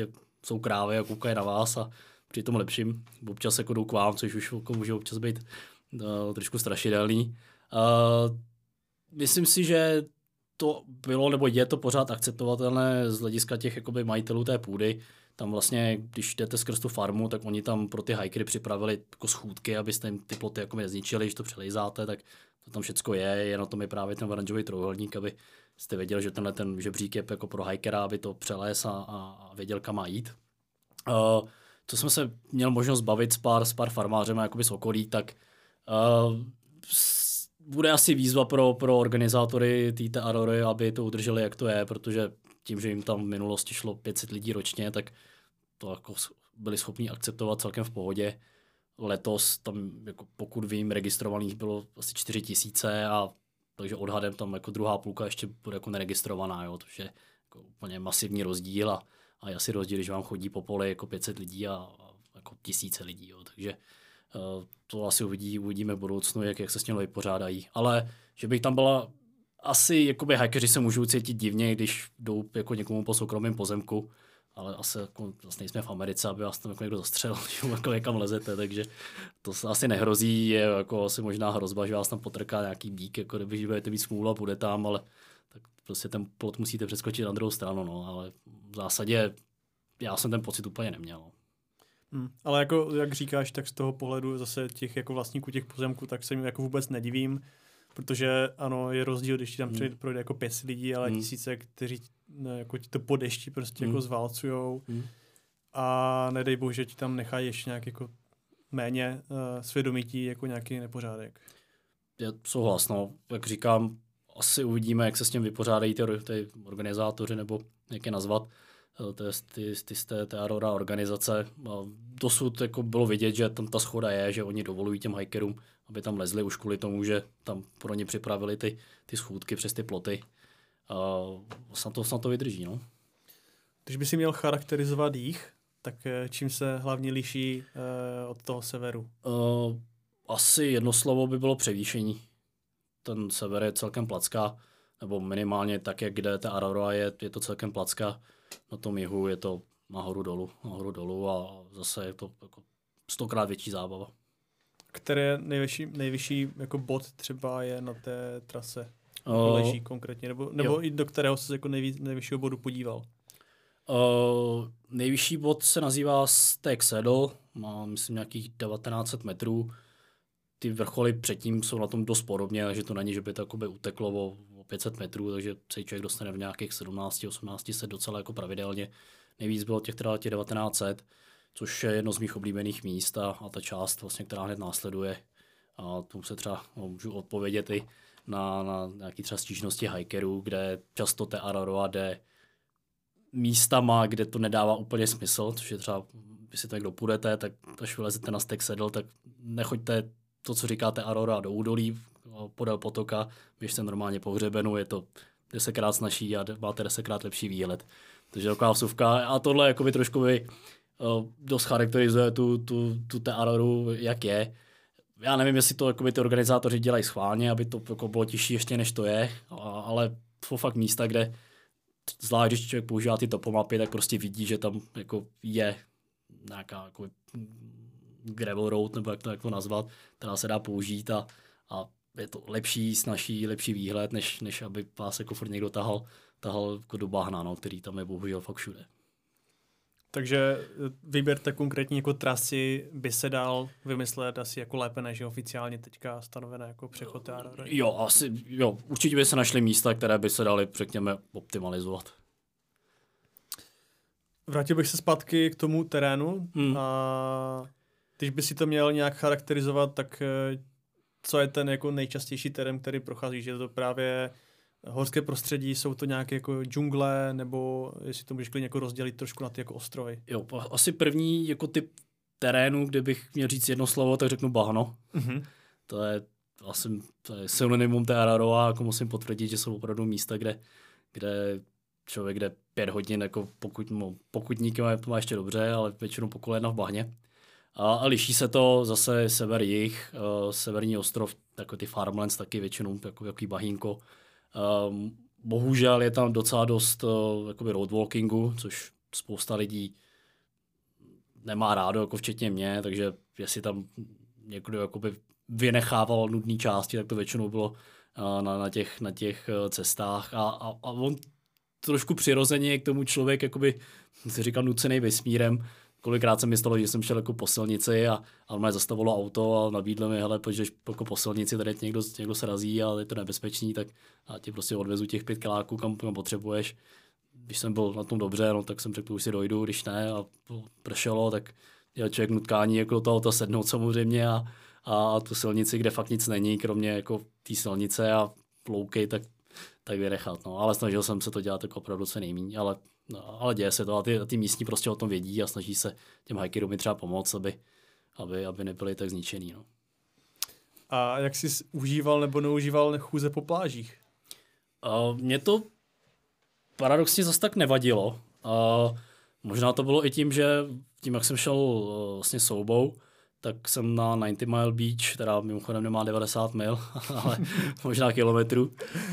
jsou krávy a koukají na vás a při tom lepším. Občas jako jdou k vám, což už jako může občas být uh, trošku strašidelný. Uh, myslím si, že to bylo, nebo je to pořád akceptovatelné z hlediska těch jakoby majitelů té půdy. Tam vlastně, když jdete skrz tu farmu, tak oni tam pro ty hikery připravili jako schůdky, abyste jim ty ploty jako nezničili, když to přelejzáte, tak to tam všecko je, je na tom je právě ten oranžový trojuhelník, aby jste věděl, že tenhle ten žebřík je jako pro hikera, aby to přelez a, a věděl, kam má jít. Uh, co jsme se měl možnost bavit s pár, s pár farmářem jakoby z okolí, tak uh, s, bude asi výzva pro, pro organizátory té Arory, aby to udrželi, jak to je, protože tím, že jim tam v minulosti šlo pět set lidí ročně, tak to jako byli schopni akceptovat celkem v pohodě. Letos tam, jako pokud vím, registrovaných bylo asi čtyři tisíce, a takže odhadem tam jako druhá půlka ještě bude jako neregistrovaná, jo, což je jako úplně masivní rozdíl a, a je asi rozdíl, když vám chodí po poli jako pět set lidí a, a jako tisíce lidí, jo, takže uh, to asi uvidí, uvidíme v budoucnu, jak, jak se s tím vypořádají, ale že bych tam byla, asi jakoby hikeři se můžou cítit divně, když jdou jako někomu po soukromém pozemku, ale asi jako, vlastně nejsme v Americe, aby vás tam jako někdo zastřelil, jako někam lezete, takže to se asi nehrozí, je jako asi možná hrozba, že vás tam potrká nějaký bík, jako kdyby budete mít smůlu a bude tam, ale tak prostě ten plot musíte přeskočit na druhou stranu, no, ale v zásadě já jsem ten pocit úplně neměl. Hmm, ale jako, jak říkáš, tak z toho pohledu zase těch jako vlastníků těch pozemků, tak se mi jako vůbec nedivím, protože ano, je rozdíl, když ti tam hmm. projde jako pět lidí, ale hmm. tisíce, kteří ne, jako ti to po dešti prostě hmm. jako zválcujou hmm. a nedej bože, že ti tam nechají ještě nějak jako méně uh, svědomití jako nějaký nepořádek. Je souhlas, no. Jak říkám, asi uvidíme, jak se s tím vypořádají ty, ty organizátoři, nebo jak je nazvat, ty, ty, ty, ty, ty Arora organizace. A dosud jako bylo vidět, že tam ta schoda je, že oni dovolují těm hikerům, aby tam lezli už kvůli tomu, že tam pro ně připravili ty, ty schůdky přes ty ploty. A snad to, snad to vydrží, no. Když by si měl charakterizovat jich, tak čím se hlavně liší uh, od toho severu? Uh, asi jedno slovo by bylo převýšení. Ten sever je celkem placka, nebo minimálně tak, jak kde ta Aurora je, je to celkem placka. Na tom jihu je to nahoru dolů, nahoru dolů a zase je to jako stokrát větší zábava. Které nejvyšší, nejvyšší jako bod třeba je na té trase? Uh, leží konkrétně, nebo, nebo i do kterého se jako nejví, nejvyššího bodu podíval? Uh, nejvyšší bod se nazývá Stag Saddle, má myslím nějakých devatenáct set metrů. Ty vrcholy předtím jsou na tom dost podobně, takže to není, že by to jakoby uteklo o, o pět set metrů, takže se člověk dostane v nějakých sedmnáct osmnáct set docela jako pravidelně. Nejvíc bylo těch teda těch devatenáct set, což je jedno z mých oblíbených míst a, a ta část, vlastně, která hned následuje. A tomu se třeba no, můžu odpovědět i na, na nějaké třeba stížnosti hikerů, kde často ta Aurora jde místama, kde to nedává úplně smysl, což je třeba, když si to někdo půjdete, tak až vylezete na Stag Saddle, tak nechoďte to, co říkáte Aurora, do údolí, podél potoka, běžte normálně po hřebenu, je to desetkrát snažší a máte desetkrát lepší výhled. Takže taková vsuvka a tohle jakoby trošku by uh, dost charakterizuje tu, tu, tu té Auroru, jak je. Já nevím, jestli to jakoby ty organizátoři dělají schválně, aby to jako bylo těžší ještě, než to je, a, ale jsou fakt místa, kde zvlášť, když člověk používá ty topomapy, tak prostě vidí, že tam jako je nějaká jako gravel road, nebo jak to, jak to nazvat, která se dá použít a, a je to lepší, snazší, lepší výhled, než, než aby vás jako furt někdo tahal, tahal jako do bahna, no, který tam je bohužel fakt všude. Takže výběr té konkrétní jako trasy by se dal vymyslet asi jako lépe, než je oficiálně teďka stanovené jako přechod té Aurory. Jo, asi, jo, určitě by se našly místa, které by se daly, řekněme, optimalizovat. Vrátil bych se zpátky k tomu terénu hmm. a když by si to měl nějak charakterizovat, tak co je ten jako nejčastější terén, který prochází, že je to právě horské prostředí, jsou to nějaké jako džungle, nebo jestli to můžeš klidně jako rozdělit trošku na ty jako ostrovy. Jo, asi první jako typ terénu, kde bych měl říct jedno slovo, tak řeknu bahno. Mm-hmm. To je asi to je synonymum té Aurora a jako musím potvrdit, že jsou opravdu místa, kde, kde člověk jde pět hodin, jako pokud, no, pokud má, to má ještě dobře, ale většinou po kolena v bahně. A, a liší se to zase sever jih, uh, severní ostrov, jako ty farmlands taky většinou jako jaký bahínko. Um, bohužel je tam docela dost uh, jakoby roadwalkingu, což spousta lidí nemá rádo, jako včetně mě, takže jestli tam někdo jakoby vynechával nudné části, tak to většinou bylo na, na, těch, na těch cestách a, a, a on trošku přirozeně k tomu člověk, jakoby, si říkal, nucený vesmírem. Kolikrát se mi stalo, že jsem šel jako po silnici a, a mě zastavilo auto a nabídlo mi, hele, pojď jako po silnici, tady někdo, někdo se razí a je to nebezpečný, tak a ti prostě odvezu těch pět kiláků, kam, kam potřebuješ. Když jsem byl na tom dobře, no, tak jsem řekl, už si dojdu, když ne a pršelo, tak je člověk nutkání jako do toho to sednout samozřejmě a, a tu silnici, kde fakt nic není, kromě jako té silnice a louky, tak, tak vynechat. No. Ale snažil jsem se to dělat jako opravdu co nejméně, ale, no, ale děje se to a ty, ty místní prostě o tom vědí a snaží se těm hikerům třeba pomoct, aby, aby, aby nebyli tak zničený. No. A jak jsi užíval nebo neužíval chůze po plážích? Uh, mě to paradoxně zase tak nevadilo. Uh, možná to bylo i tím, že tím, jak jsem šel uh, vlastně soubou, tak jsem na devadesát Mile Beach, která mimochodem nemá devadesát mil, ale možná kilometrů, uh,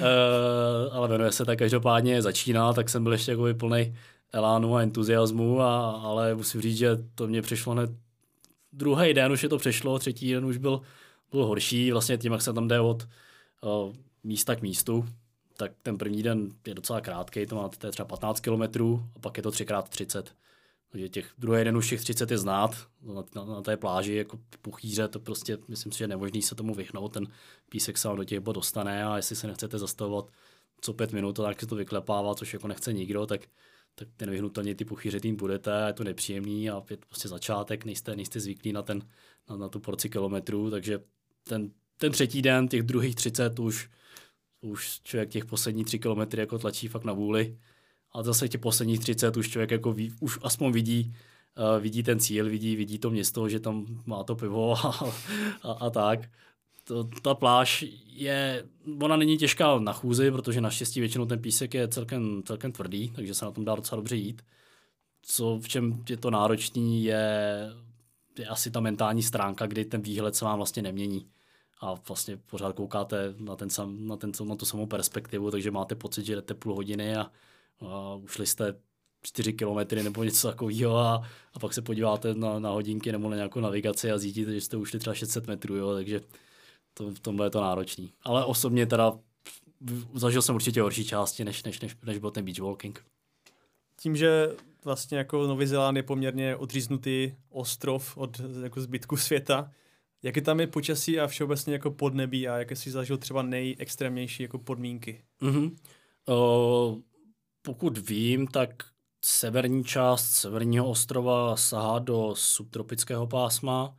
ale jmenuje se tak každopádně začíná, tak jsem byl ještě jako plný elánu a entuziasmu, a, ale musím říct, že to mě přišlo hned druhý den, už je to přešlo, třetí den už byl, byl horší, vlastně tím, jak se tam jde od uh, místa k místu, tak ten první den je docela krátkej, to má to je třeba patnáct kilometrů a pak je to tři krát třicet. Takže těch druhý den už těch třicet je znát na, na, na té pláži, jako puchýře, to prostě myslím si, že je nemožný se tomu vyhnout, ten písek se vám do těch bod dostane a jestli se nechcete zastavovat co pět minut, tak se to vyklepává, což jako nechce nikdo, tak, tak ty nevyhnutelně ty puchýře tým budete a je to nepříjemný a je to prostě začátek, nejste, nejste zvyklí na, ten, na, na tu porci kilometrů, takže ten, ten třetí den, těch druhých třicet už už člověk těch posledních tři kilometry jako tlačí fakt na vůli. A zase těch posledních třicet už člověk jako ví, už aspoň vidí, uh, vidí ten cíl, vidí, vidí to město, že tam má to pivo a, a, a tak. To, ta pláž je, ona není těžká na chůzi, protože naštěstí většinou ten písek je celkem, celkem tvrdý, takže se na tom dá docela dobře jít. Co, v čem je to náročný, je, je asi ta mentální stránka, kdy ten výhled se vám vlastně nemění. A vlastně pořád koukáte na, ten sam, na, ten, na tu samou perspektivu, takže máte pocit, že jdete půl hodiny a, a ušli jste čtyři kilometry nebo něco takového a, a pak se podíváte na, na hodinky nebo na nějakou navigaci a zjistíte, že jste ušli třeba šest set metrů, jo, takže to, v tomhle je to náročný. Ale osobně teda zažil jsem určitě horší části, než, než, než, než byl ten beach walking. Tím, že vlastně jako Nový Zéland je poměrně odříznutý ostrov od jako zbytku světa, jaké tam je počasí a všeobecně jako podnebí a jaké jsi zažil třeba nejextrémnější jako podmínky? Mm-hmm. Uh, pokud vím, tak severní část severního ostrova sahá do subtropického pásma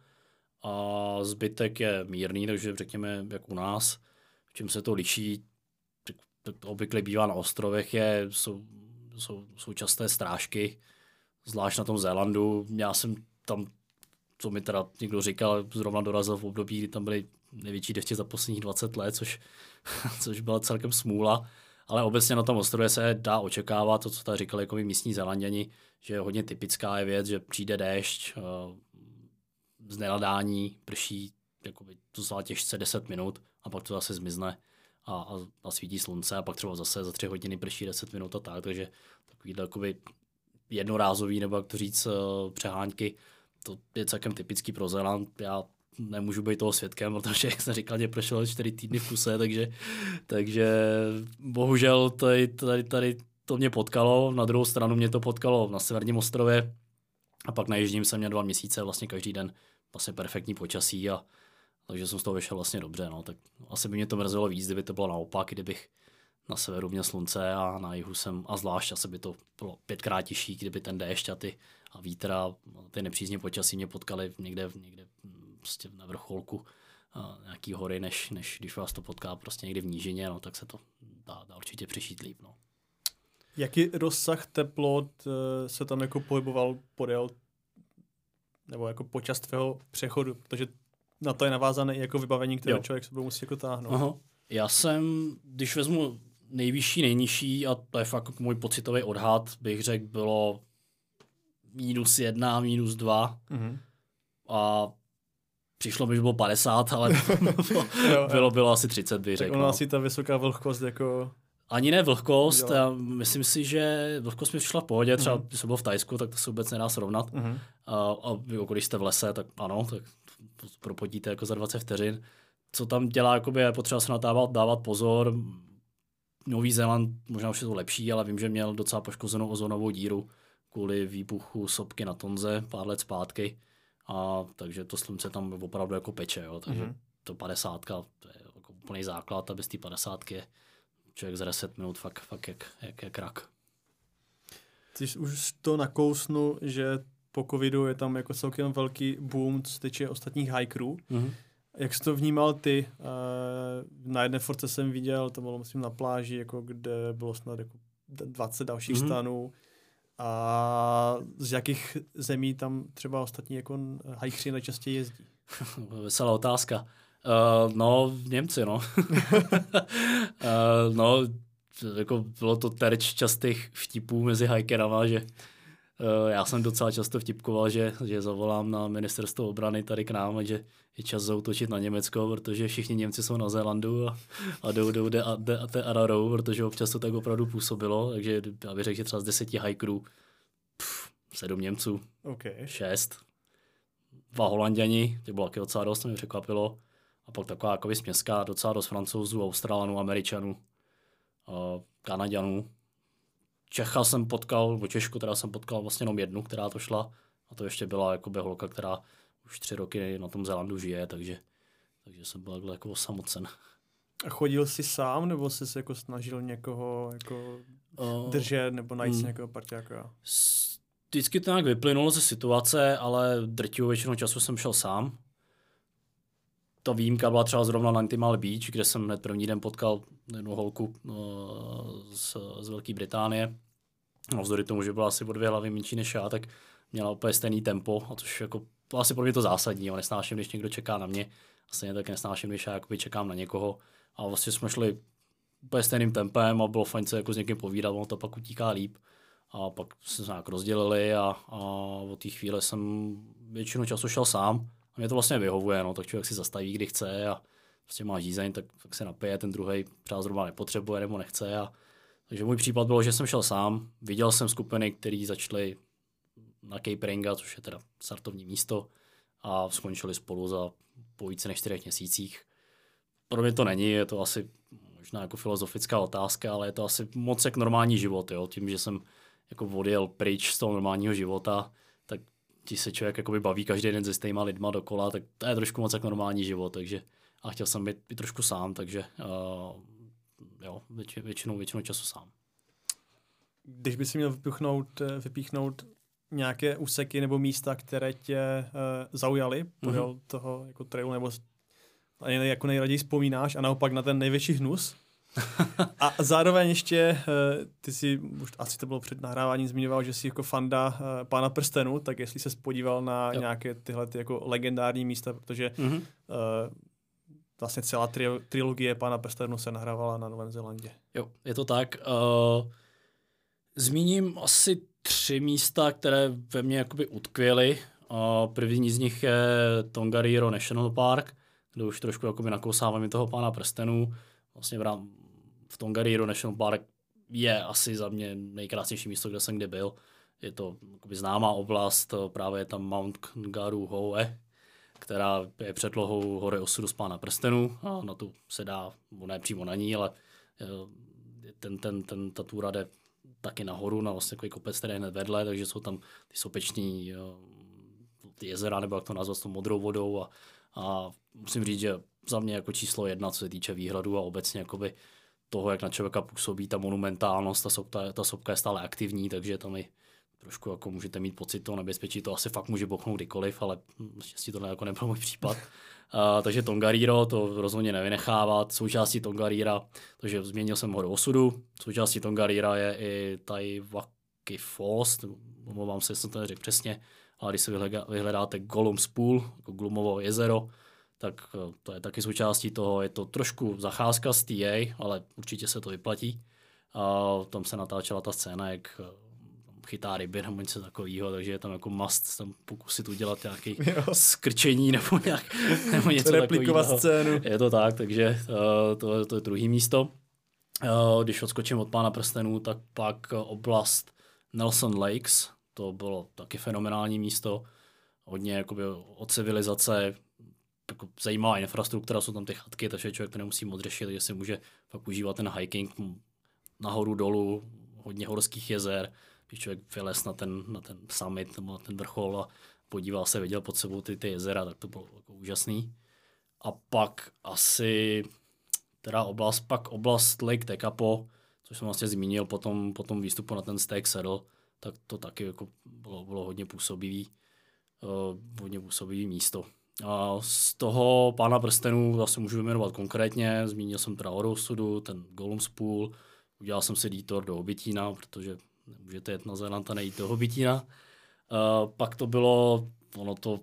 a zbytek je mírný, takže řekněme jak u nás. V čem se to liší, tak to obvykle bývá na ostrovech, je, jsou, jsou, jsou časté strážky, zvlášť na tom Zélandu. Já jsem tam, co mi teda někdo říkal, zrovna dorazil v období, kdy tam byly největší deště za posledních dvacet let, což, což byla celkem smůla. Ale obecně na tom ostrově se dá očekávat to, co tady říkali jako místní Zélanděni, že je hodně typická je věc, že přijde déšť, z nenadání, prší jakoby, to znamená těžce deset minut a pak to zase zmizne a, a, a svítí slunce a pak třeba zase za tři hodiny prší deset minut a tak, takže takovýhle jakoby jednorázový, nebo jak to říct, přehánky, to je celkem typický pro Zéland. Já nemůžu být toho svědkem, protože, jak jsem říkal, mě prošlo čtyři týdny v kuse, takže, takže bohužel tady, tady, tady to mě potkalo. Na druhou stranu mě to potkalo na severním ostrově a pak na jižním jsem měl dva měsíce vlastně každý den vlastně perfektní počasí a takže jsem z toho vyšel vlastně dobře. No. Tak asi by mě to mrzelo víc, kdyby to bylo naopak, kdybych na severu měl slunce a na jihu jsem, a zvlášť asi by to bylo pětkrát těžší, kdyby ten déšť a ty a vítr a ty nepřízně počasí mě potkaly někde, někde prostě na vrcholku a nějaký hory, než, než když vás to potká prostě někde v nížině, no, tak se to dá, dá určitě přešít líp. No. Jaký rozsah teplot se tam jako pohyboval podél nebo jako počas tvého přechodu, protože na to je navázané jako vybavení, které jo. člověk sebou musí jako táhnout. Aha. Já jsem, když vezmu nejvyšší, nejnižší, a to je fakt můj pocitový odhad, bych řekl, bylo minus jedna, minus dva. Mm-hmm. A přišlo mi, že bylo padesát, ale bylo, bylo, bylo asi třicet, bych řekl. Ono asi ta vysoká vlhkost jako... Ani ne vlhkost, já myslím si, že vlhkost mi přišla v pohodě, třeba mm-hmm. když jsem byl v Thajsku, tak to se vůbec nedá srovnat. Mm-hmm. A, a jako když jste v lese, tak ano, tak propotíte jako za dvacet vteřin. Co tam dělá, jakoby je potřeba se natávat, dávat pozor. Nový Zéland možná už je to lepší, ale vím, že měl docela poškozenou ozonovou díru kvůli výbuchu sopky na Tonze pár let zpátky. A takže to slunce tam opravdu jako peče, jo. Takže mm-hmm. to padesátka, to je jako úplný základ a bez té padesátky je člověk za deset minut fakt, fakt jak, jak, jak rak. Ty už to nakousnu, že po covidu je tam jako celkem velký boom, co se týče ostatních hikerů. Mm-hmm. Jak jsi to vnímal ty? Na jedné force jsem viděl, to bylo myslím na pláži, jako kde bylo snad jako dvacet dalších mm-hmm. stanů. A z jakých zemí tam třeba ostatní jako hikři nejčastěji jezdí? Veselá otázka. Uh, no, Němci, no. uh, no, jako bylo to terč častých vtipů mezi hikerama, že uh, já jsem docela často vtipkoval, že, že zavolám na ministerstvo obrany tady k nám, že je čas zaútočit na Německo, protože všichni Němci jsou na Zélandu a, a jdou, jdou de, de, de Ararou, protože občas to tak opravdu působilo, takže já bych řekl, že třeba z deseti hikerů pff, sedm Němců, okay. šest. Dva Holanděni, to bylo taky docela dost, to mě překvapilo. A pak taková jako směska, docela dost Francouzů, Australanů, Američanů, uh, Kanaďanů. Čecha jsem potkal, nebo Češku teda jsem potkal vlastně jenom jednu, která to šla. A to ještě byla jako holka, která už tři roky na tom Zélandu žije, takže, takže jsem byl jako osamocen. A chodil jsi sám, nebo jsi se jako snažil někoho jako uh, držet, nebo najít hmm. nějakého parťáka? Vždycky to nějak vyplynulo ze situace, ale drtivou většinou času jsem šel sám. Ta výjimka byla třeba zrovna na Intimal Beach, kde jsem hned první den potkal jednu holku uh, z, z Velké Británie. Navzdory tomu, že byla asi o dvě hlavy menší než já, tak měla úplně stejný tempo, a což jako, to asi pro mě to zásadní. Jo. Nesnáším, když někdo čeká na mě, a stejně tak nesnáším, když já jakoby čekám na někoho. A vlastně jsme šli úplně stejným tempem a bylo fajn se jako s někým povídat, ono to pak utíká líp. A pak jsme se nějak rozdělili a, a od té chvíle jsem většinu času šel sám. A mě to vlastně vyhovuje, no, tak člověk si zastaví, kdy chce a prostě má žízeň, tak, tak se napije, ten druhej třeba zrovna nepotřebuje nebo nechce. A, takže můj případ bylo, že jsem šel sám, viděl jsem skupiny, které začaly na Cape Reinga, což je teda startovní místo, a skončili spolu za po více než čtyřech měsících. Pro mě to není, je to asi možná jako filozofická otázka, ale je to asi moc jak normální život, jo, tím, že jsem jako odjel pryč z toho normálního života, tak ti se člověk jakoby baví každý den se stejnýma lidma dokola, tak to je trošku moc jak normální život, takže a chtěl jsem být, být trošku sám, takže uh, jo, věč, většinou, většinou času sám. Když bys si měl vypíchnout, vypíchnout nějaké úseky nebo místa, které tě uh, zaujaly podél mm-hmm. toho jako trailu, nebo jako nejraději vzpomínáš, a naopak na ten největší hnus. A zároveň ještě, ty si, už asi to bylo před nahráváním, zmiňoval, že jsi jako fanda Pána prstenů, tak jestli ses podíval na jo. nějaké tyhle ty jako legendární místa, protože mm-hmm. uh, vlastně celá tri- trilogie Pána prstenů se nahrávala na Novém Zélandě. Jo, je to tak. Uh, zmíním asi tři místa, které ve mně jakoby utkvěly. Uh, první z nich je Tongariro National Park, kde už trošku jakoby nakousáváme toho Pána prstenů. Vlastně v, rám, v Tongariro National Park je asi za mě nejkrásnější místo, kde jsem kdy byl. Je to jakoby známá oblast, právě je tam Mount Ngaru Hoe, která je předlohou hory osudu z Pána prstenů. A na tu se dá, ne přímo na ní, ale ten, ten, ten, ta túra jde taky nahoru, na vlastně kopec, který je hned vedle, takže jsou tam ty sopeční ty jezera, nebo jak to nazvat, s tou modrou vodou. A, a musím říct, že za mě jako číslo jedna, co se týče výhledu a obecně jakoby toho, jak na člověka působí ta monumentálnost, ta sopka, ta sopka je stále aktivní, takže tam i trošku jako můžete mít pocit toho nebezpečí, to asi fakt může bouchnout kdykoliv, ale štěstí to jako nebyl můj případ. Uh, takže Tongariro to rozhodně nevynechávat. Součástí Tongarira, takže změnil jsem horu osudu, součástí Tongarira je i Taiwaki Falls, omlouvám se, jestli jsem to neřekl přesně, ale když si vyhledáte Gollum's Pool, jako Gloomovo jezero, tak to je taky součástí toho, je to trošku zacházka z T A, ale určitě se to vyplatí. A tam se natáčela ta scéna, jak chytá ryby nebo něco takového, takže je tam jako must tam pokusit udělat nějaké skrčení nebo, nějak, nebo něco takového. Replikovat scénu. Je to tak, takže uh, to, to je druhý místo. Když odskočím od Pána prstenů, tak pak oblast Nelson Lakes, to bylo taky fenomenální místo, hodně jakoby od civilizace, jako zajímavá infrastruktura, jsou tam ty chatky, takže člověk to nemusí moc řešit, takže si může fakt užívat ten hiking nahoru dolů, hodně horských jezer, když člověk vylez na ten, na ten summit nebo na ten vrchol a podíval se, viděl pod sebou ty, ty jezera, tak to bylo jako úžasný. A pak asi teda oblast, pak oblast Lake Tekapo, což jsem vlastně zmínil po tom, po tom výstupu na ten Stag Saddle, tak to taky jako bylo, bylo hodně působivý, uh, hodně působivý místo. A z toho Pána prstenů zase můžu vyjmenovat konkrétně, zmínil jsem teda Orousudu, ten Gollum's Pool, udělal jsem si detour do Hobbitína, protože nemůžete jet na Zéland a nejít do Hobbitína. Uh, pak to bylo, ono to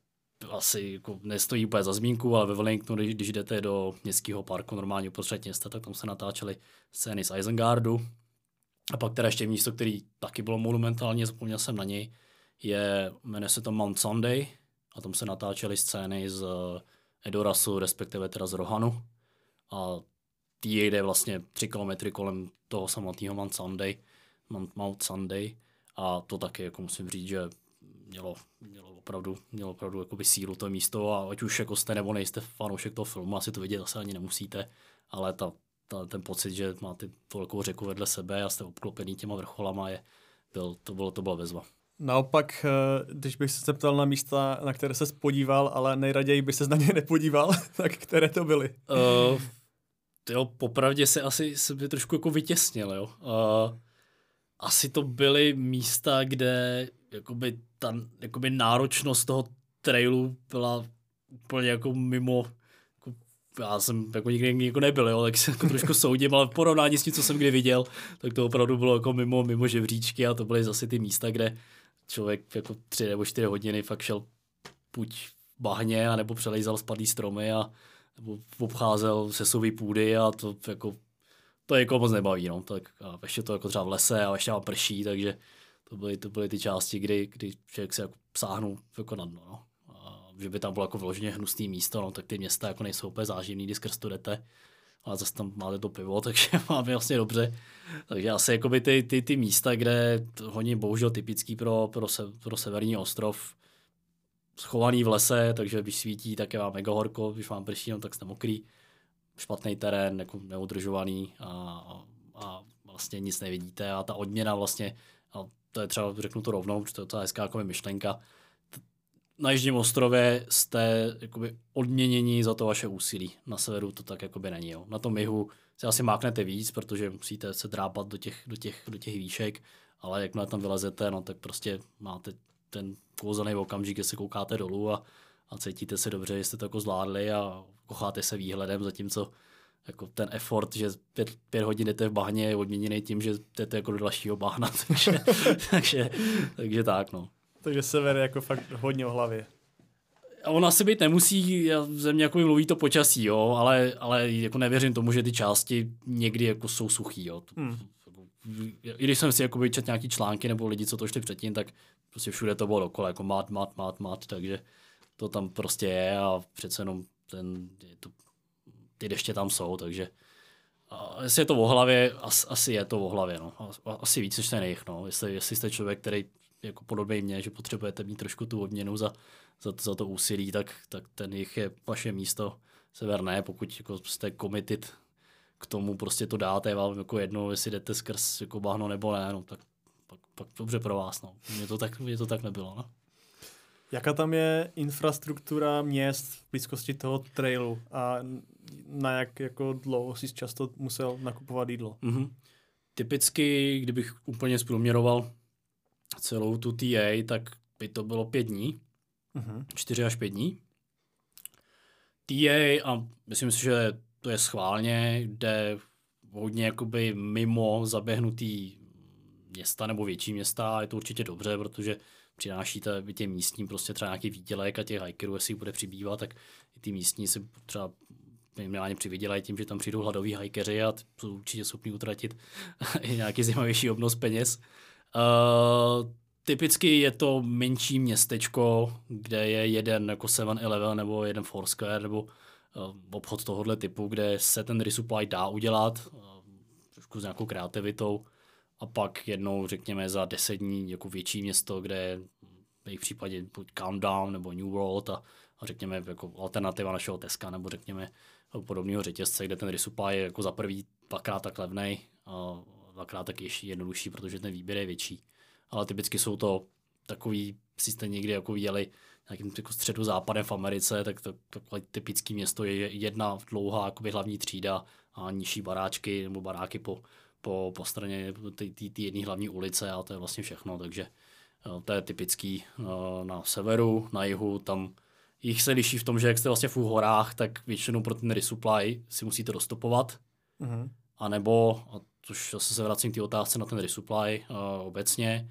asi jako nestojí úplně za zmínku, ale ve Wellingtonu, když, když jdete do městského parku normálně uprostřed města, tak tam se natáčely scény z Isengardu. A pak teda ještě místo, který taky bylo monumentální, zapomněl jsem na něj, je, jmenuje se to Mount Sunday a tam se natáčely scény z Edorasu, respektive teda z Rohanu. A tý jde vlastně tři kilometry kolem toho samotného Mount Sunday, Mount, Mount Sunday a to taky jako musím říct, že mělo, mělo opravdu, mělo opravdu jakoby sílu to místo a ať už jako jste nebo nejste fanoušek toho filmu, asi to vidět zase ani nemusíte, ale ta, ta, ten pocit, že máte tu velkou řeku vedle sebe a jste obklopený těma vrcholama, je, byl, to, bylo, to byla výzva. Naopak, když bych se zeptal na místa, na které ses podíval, ale nejraději by ses na ně nepodíval, tak které to byly? Uh, jo, popravdě se asi se by trošku jako vytěsnil, jo. Uh, asi to byly místa, kde jakoby ta jakoby náročnost toho trailu byla úplně jako mimo, jako, já jsem jako nikdy jako nebyl, jo, tak se jako trošku soudím, ale v porovnání s tím, co jsem kdy viděl, tak to opravdu bylo jako mimo, mimo žebříčky a to byly zase ty místa, kde člověk jako tři nebo čtyři hodiny fakt šel buď v bahně, anebo přelejzal spadlý stromy a nebo obcházel sesový půdy a to jako to jako moc nebaví, no, tak a ještě to jako třeba v lese a ještě vám prší, takže to byly, to byly ty části, kdy, kdy člověk se jako sáhnul jako na dno, no. A že by tam bylo jako vloženě hnusný místo, no, tak ty města jako nejsou úplně záživný, když skrz to jdete, ale zase tam máte to pivo, takže máme vlastně dobře. Takže asi jakoby ty, ty, ty místa, kde hodně bohužel typický pro, pro, se, pro severní ostrov, schovaný v lese, takže když svítí, tak je vám mega horko, když vám prší, no, tak jste mokrý, špatný terén, jako neudržovaný a, a, a vlastně nic nevidíte a ta odměna vlastně, a to je třeba, řeknu to rovnou, protože to je to hezká jako myšlenka, na Jižním ostrově jste jakoby odměnění za to vaše úsilí. Na severu to tak jakoby není. Jo. Na tom jihu si asi máknete víc, protože musíte se drápat do těch, do těch, do těch výšek, ale jakmile tam vylezete, no, tak prostě máte ten kouzelný okamžik, kde se koukáte dolů a, a cítíte se dobře, že jste to jako zvládli a kocháte se výhledem, zatímco jako ten effort, že pět, pět hodin jdete v bahně, je odměněný tím, že jdete jako do dalšího bahna. takže, takže, takže tak, no. Takže sever je jako fakt hodně o hlavě. A on asi být nemusí, země jako mluví to počasí, jo, ale, ale jako nevěřím tomu, že ty části někdy jako jsou suchý, jo. Hmm. I když jsem si jako četl nějaký články nebo lidi, co to šli předtím, tak prostě všude to bylo dokola, jako mat, mat, mat, mat, takže to tam prostě je a přece jenom ten, je to, ty deště tam jsou, takže a jestli je to o hlavě, as, asi je to o hlavě, no. Asi víc než ten jich, no. Jestli, jestli jste člověk, který jako podobný mě, že potřebujete mít trošku tu odměnu za, za, to, za to úsilí, tak, tak ten jich je vaše místo, sever ne, pokud jako jste committed k tomu, prostě to dáte, vám jako jedno, jestli jdete skrz jako bahno nebo ne, no, tak pak, pak dobře pro vás, no. Mně to tak, mně to tak nebylo, no. Jaká tam je infrastruktura měst v blízkosti toho trailu a na jak jako dlouho jsi často musel nakupovat jídlo? Mm-hmm. Typicky, kdybych úplně zprůměroval celou tu T A, tak by to bylo pět dní. Mm-hmm. Čtyři až pět dní. T A, a myslím si, že to je schválně, jde hodně jakoby mimo zaběhnutý města nebo větší města. Je to určitě dobře, protože přinášíte těm místním prostě třeba nějaký výdělek a těch hikerů, jestli bude přibývat, tak i ty místní si třeba minimálně přivydělají tím, že tam přijdou hladoví hikeři a jsou určitě schopní utratit i nějaký zajímavější obnos peněz. Uh, typicky je to menší městečko, kde je jeden jako seven eleven nebo jeden Foursquare nebo uh, obchod tohohle typu, kde se ten resupply dá udělat. Uh, trošku s nějakou kreativitou a pak jednou, řekněme, za deset dní jako větší město, kde je v jejich případě buď Countdown nebo New World a, a řekněme jako alternativa našeho Teska nebo řekněme podobného řetězce, kde ten resupply je jako za prvý dvakrát tak levnej a dvakrát tak ještě jednodušší, protože ten výběr je větší. Ale typicky jsou to takový, si jste někdy jako viděli nějakým jako středu západem v Americe, tak to takové typické město je jedna dlouhá jakoby hlavní třída a nižší baráčky nebo baráky po, po, po straně té jedné hlavní ulice a to je vlastně všechno, takže to je typický na severu, na jihu, tam jich se liší v tom, že jak jste vlastně v horách, tak většinou pro ten resupply si musíte dostopovat, mm-hmm. a nebo, a což zase se vracím k té otázce na ten resupply uh, obecně,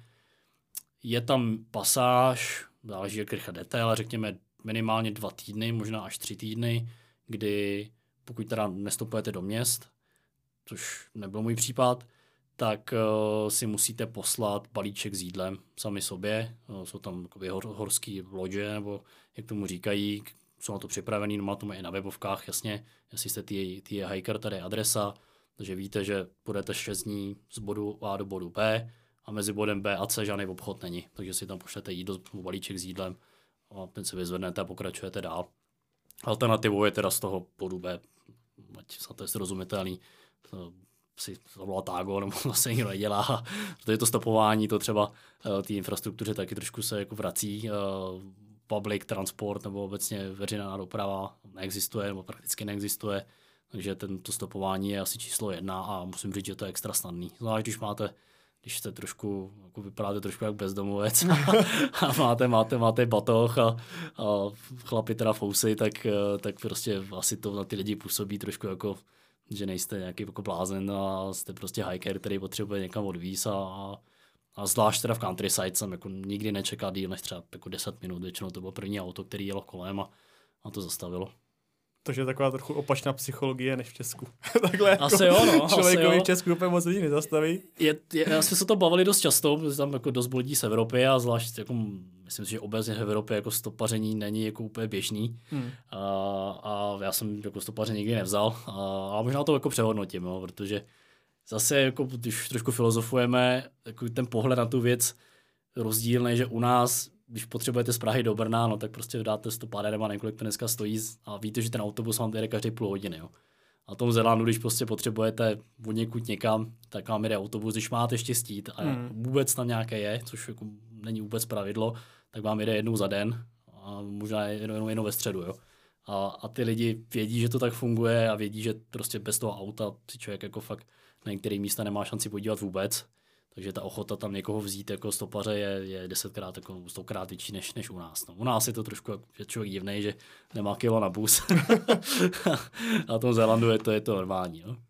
je tam pasáž, záleží, jak rychle jdete, ale řekněme minimálně dva týdny, možná až tři týdny, kdy pokud teda nestupujete do měst, což nebyl můj případ, tak uh, si musíte poslat balíček s jídlem sami sobě. Uh, jsou tam hor, horský lodže, nebo jak tomu říkají, jsou na to připravený, no má to i na webovkách, jasně, jestli jste ty, ty hiker, tady je adresa, takže víte, že půjdete šest dní z bodu A do bodu B a mezi bodem B a C žádný obchod není, takže si tam pošlete jídlo, balíček s jídlem a ten si vyzvednete a pokračujete dál. Alternativou je teda z toho bodu B, ať to je srozumitelný, si zavolá Tágo, nebo to se nikdo nedělá, protože to stopování, to třeba uh, té infrastruktuře taky trošku se jako vrací, uh, public transport nebo obecně veřejná doprava neexistuje, nebo prakticky neexistuje, takže tento stopování je asi číslo jedna a musím říct, že to je extra snadný. Zvlášť, když máte, když jste trošku, jako vypadáte trošku jak bezdomovec a, a máte, máte, máte batoh a, a chlapi teda fousy, tak, tak prostě asi to na ty lidi působí trošku jako, že nejste nějaký jako blázen a jste prostě hiker, který potřebuje někam odvíz a, a, a zvlášť teda v countryside jsem jako nikdy nečekal díl než třeba jako deset minut, většinou to bylo první auto, který jelo kolem a, a to zastavilo. Takže je taková trochu opačná psychologie než v Česku. Takhle jako asi jo, no, člověkovi asi v Česku úplně moc lidí nezastaví. Je, je, já jsme se to bavili dost často, protože tam jako dost lidí z Evropy a zvlášť jako, myslím si, že obecně v Evropě jako stopaření není jako úplně běžný. Hmm. A, a já jsem jako stopaře nikdy nevzal a, a možná to jako přehodnotím, jo, protože zase jako, když trošku filozofujeme, jako ten pohled na tu věc rozdílný, že u nás když potřebujete z Prahy do Brna, no tak prostě dáte sto pár nebo několik to dneska stojí a víte, že ten autobus vám jede každý půl hodiny. Jo. A v tom Zélandu, když prostě potřebujete od někud někam, tak vám jede autobus, když máte štěstí a mm. vůbec tam nějaké je, což jako není vůbec pravidlo, tak vám jede jednou za den a možná jenom, jenom ve středu. Jo. A, a ty lidi vědí, že to tak funguje a vědí, že prostě bez toho auta si člověk jako fakt na některé místa nemá šanci podívat vůbec. Takže ta ochota tam někoho vzít jako stopaře je, je desetkrát, jako stokrát větší než, než u nás. No, u nás je to trošku je člověk divnej, že nemá kilo na bus. A v tom Zélandu je to, je to normální. No?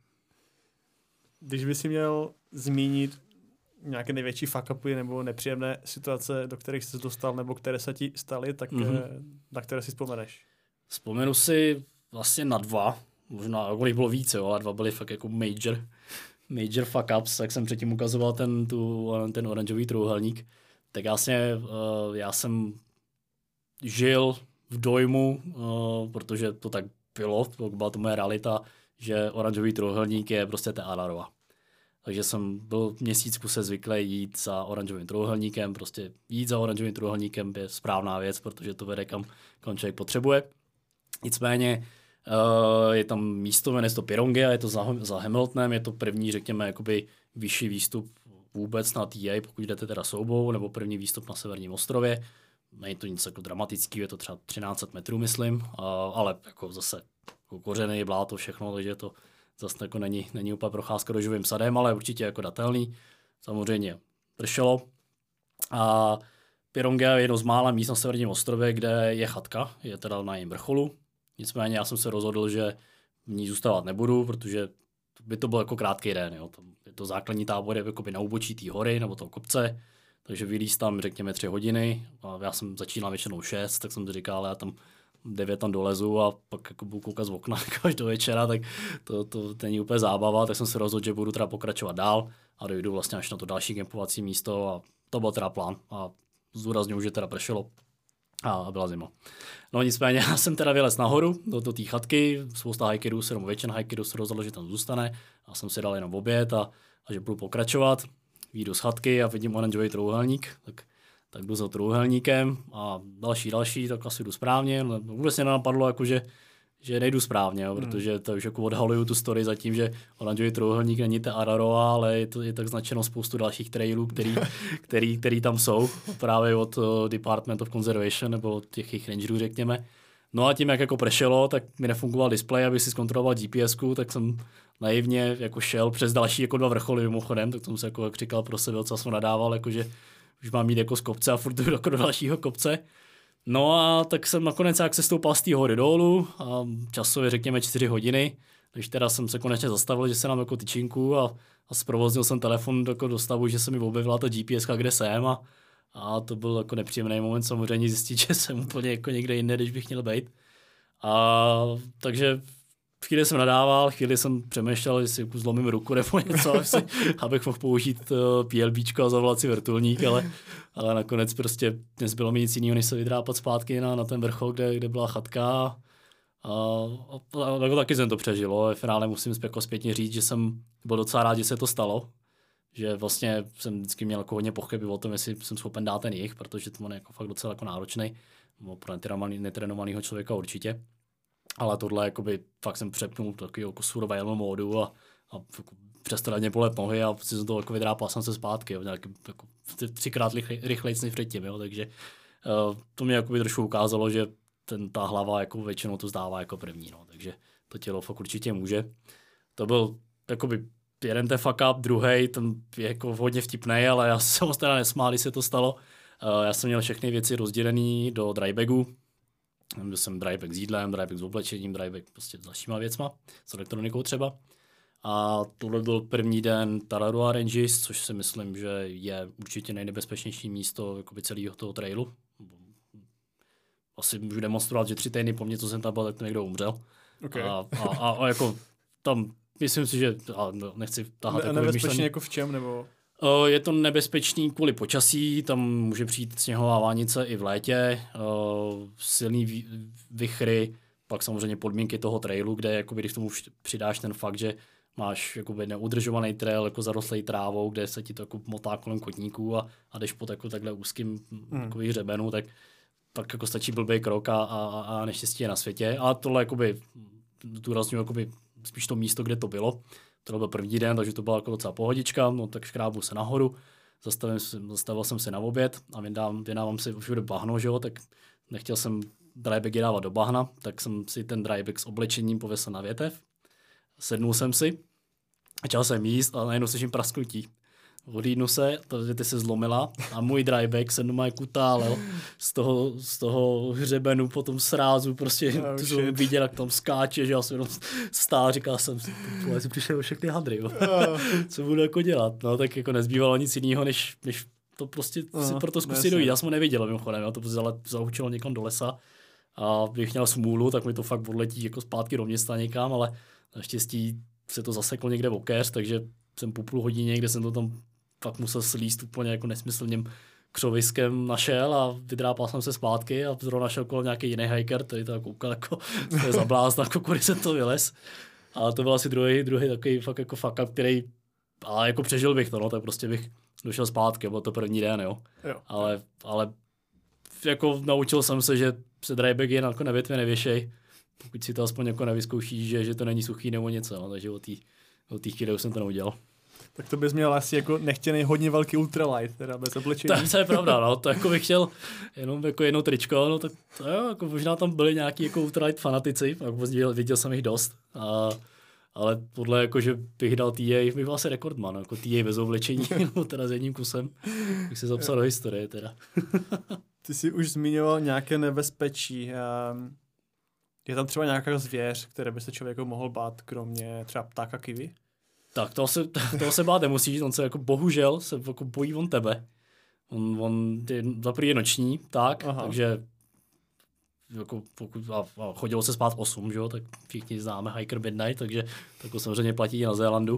Když by si měl zmínit nějaké největší fuck-upy nebo nepříjemné situace, do kterých jsi dostal nebo které se ti staly, tak mm-hmm. na které si vzpomeneš? Vzpomenu si vlastně na dva. Možná, jako bylo více, jo, ale dva byly fakt jako major. major fuck-ups, jak jsem předtím ukazoval ten, tu, ten oranžový trojúhelník, tak vlastně uh, já jsem žil v dojmu, uh, protože to tak bylo, to byla to moje realita, že oranžový trojúhelník je prostě ta Alarova. Takže jsem byl měsíc kuse zvyklý jít za oranžovým trojúhelníkem, prostě jít za oranžovým trojúhelníkem je správná věc, protože to vede kam, kam člověk potřebuje. Nicméně Uh, je tam místo, jmenuje se to Pirongia, je to za, za Hamiltonem, je to první, řekněme, jakoby vyšší výstup vůbec na T A, pokud jdete teda soubou, nebo první výstup na Severním ostrově. Není to nic jako dramatického, je to třeba třináct set metrů, myslím, uh, ale jako zase jako kořeny, bláto, všechno, takže to zase jako není, není úplně procházka do živým sadem, ale určitě jako datelný. Samozřejmě pršelo. A Pirongia je jedno z mála míst na Severním ostrově, kde je chatka, je teda na jejím vrcholu. Nicméně já jsem se rozhodl, že v ní zůstávat nebudu, protože by to byl jako krátký den. Jo. Je to základní tábor je na úbočí té hory nebo toho kopce, takže vylíz tam řekněme tři hodiny. A já jsem začínal většinou šest, tak jsem to říkal, já tam devět tam dolezu a pak jako budu koukat z okna až do večera, tak to, to, to není úplně zábava, tak jsem se rozhodl, že budu teda pokračovat dál a dojdu vlastně až na to další kempovací místo a to byl teda plán. A zdůrazňuji, že teda pršelo. A byla zima. No nicméně já jsem teda vylez nahoru do, do té chatky, spousta hikerů se, nebo většina hikerů se rozhodlo, že tam zůstane. A jsem si dal jenom oběd a, a že budu pokračovat. Výjdu z chatky a vidím oranžový trojúhelník, tak, tak jdu za trojúhelníkem a další, další, tak asi jdu správně. No, vůbec mě nenapadlo, jako, že, že nejdu správně, jo, protože to už jako odhaluju tu story za tím, že oranžový trojúhelník není ta Araroa, ale je to je tak značeno spoustu dalších trailů, který, který, který tam jsou, právě od uh, Department of Conservation nebo od těch jejich rangerů, řekněme. No a tím, jak jako prešelo, tak mi nefungoval displej, abych si zkontroloval G P S ku, tak jsem naivně jako šel přes další jako dva vrcholy mimochodem, tak jsem se jako jak říkal pro sebe, co jsem nadával, jako že už mám jít jako z kopce a furt jdu jako do dalšího kopce. No a tak jsem nakonec jak se stoupal z té hory dolů a časově řekněme čtyři hodiny, když teda jsem se konečně zastavil, že se nám jako tyčinku a, a zprovoznil jsem telefon jako do stavu, že se mi objevila ta G P S ka, kde jsem a, a to byl jako nepříjemný moment samozřejmě zjistit, že jsem úplně jako někde jinde, když bych měl být. A takže chvíli jsem nadával, chvíli jsem přemýšlel, jestli zlomím ruku nebo něco, abych mohl použít uh, PLBčko a zavolat si vrtulník, ale, ale nakonec prostě nezbylo mi nic jiného, než se vydrápat zpátky na, na ten vrchol, kde, kde byla chatka. A, a, a, a taky jsem to přežil. V finále musím jako zpětně říct, že jsem byl docela rád, že se to stalo. Že vlastně jsem vždycky měl jako hodně pochyby o tom, jestli jsem schopen dát ten jich, protože to je jako fakt docela jako náročný. Pro netrénovaného člověka určitě. Ale tohle jakoby, fakt jsem přepnul do takového jako survival módu a, a jako, přestali mě bolet nohy a si jsem to jako vydrápal jsem se zpátky, jo, nějaký, jako, třikrát rychlejc než předtím, jo, takže uh, to mě jakoby trošku ukázalo, že ten, ta hlava jako většinou to zdává jako první, no, takže to tělo fakt určitě může. To byl jakoby jeden ten fuck up, druhej, ten je jako hodně vtipnej, ale já jsem se teda nesmál, když se to stalo. Uh, já jsem měl všechny věci rozdělené do drybagu. Byl jsem drybag s jídlem, drybag s oblečením, drybag prostě s dalšíma věcma, s elektronikou třeba. A tohle byl první den Tararua Ranges, což si myslím, že je určitě nejnebezpečnější místo jakoby celého toho trailu. Asi můžu demonstrovat, že tři týdny po mně, co jsem tam byl, tak to někdo umřel. Okay. A, a, a, a jako tam, myslím si, že a nechci tahat ne, nebezpečně jako v čem, nebo... Je to nebezpečný kvůli počasí, tam může přijít sněhová vánice i v létě, silný vichry, pak samozřejmě podmínky toho trailu, kde jakoby, když tomu přidáš ten fakt, že máš jakoby neudržovaný trail jako zarostlej trávou, kde se ti to jako motá kolem kotníků a, a jdeš po jako takhle úzkým mm. hřebenu, tak pak jako stačí blbý krok a, a, a neštěstí je na světě. A tohle jakoby důrazňuji jakoby spíš to místo, kde to bylo. To byl první den, takže to byla jako docela pohodička, no tak škrábu se nahoru, zastavil, zastavil jsem se na oběd a vydávám, vydávám si všude bahno, že jo, tak nechtěl jsem drybagy dávat do bahna, tak jsem si ten drybag s oblečením pověsil na větev, sednul jsem si, začal jsem jíst a najednou slyším prasknutí. Odjídnu se, ta větev se zlomila a můj drybag se doma kutálel z toho, z toho hřebenu po tom srázu, prostě oh, jsem viděl, jak tam skáče, že já jsem jenom stál, říkal jsem si, tohle si přišel všechny hadry, jo. Oh. Co budu jako dělat, no tak jako nezbývalo nic jiného, než, než to prostě oh, si proto zkusit dojít, já jsem ho neviděl mimochodem, já to prostě zaučilo někam do lesa a bych měl smůlu, tak mi to fakt odletí jako zpátky do města někam, ale naštěstí se to zaseklo někde v okéř, takže jsem po půl hodině, kde jsem to tam fakt musel slíst úplně jako nesmyslným křoviskem našel a vydrápal jsem se zpátky a zrovna našel kolem nějaký jiný hiker, který to koukal jako, to je zablázna, jako kudy jsem to vylez. A to byl asi druhý, druhý takový fakt jako fuck up, který, ale jako přežil bych to, no, tak prostě bych došel zpátky, byl to první den, jo. jo. Ale, ale jako naučil jsem se, že se drybagy na větvě nevěšej, pokud si to aspoň jako nevyzkoušíš, že, že to není suchý nebo něco, no, takže od té chvíli už jsem to neudělal. Tak to bys měl asi jako nechtěný hodně velký ultralight, teda bez oblečení. To, to je pravda, no, to jako bych chtěl jenom jako jedno tričko, no tak to jo, jako možná tam byli nějaký jako ultralight fanatici, jako viděl, viděl jsem jich dost, a, ale podle jako, že bych dal T A, bych byl asi rekordman, jako T A bez oblečení, no teda s jedním kusem, bych se zapsal do historie teda. Ty jsi už zmiňoval nějaké nebezpečí, je tam třeba nějaká zvěř, které by se člověku mohl bát, kromě třeba ptáka kiwi? Tak toho se, toho se bát nemusíš, on se jako bohužel se jako bojí on tebe. On, on je zaprý je noční, tak, Aha. takže jako pokud, a, a chodilo se spát osm, že jo, tak všichni známe Hiker Midnight, takže tak samozřejmě platí i na Zélandu.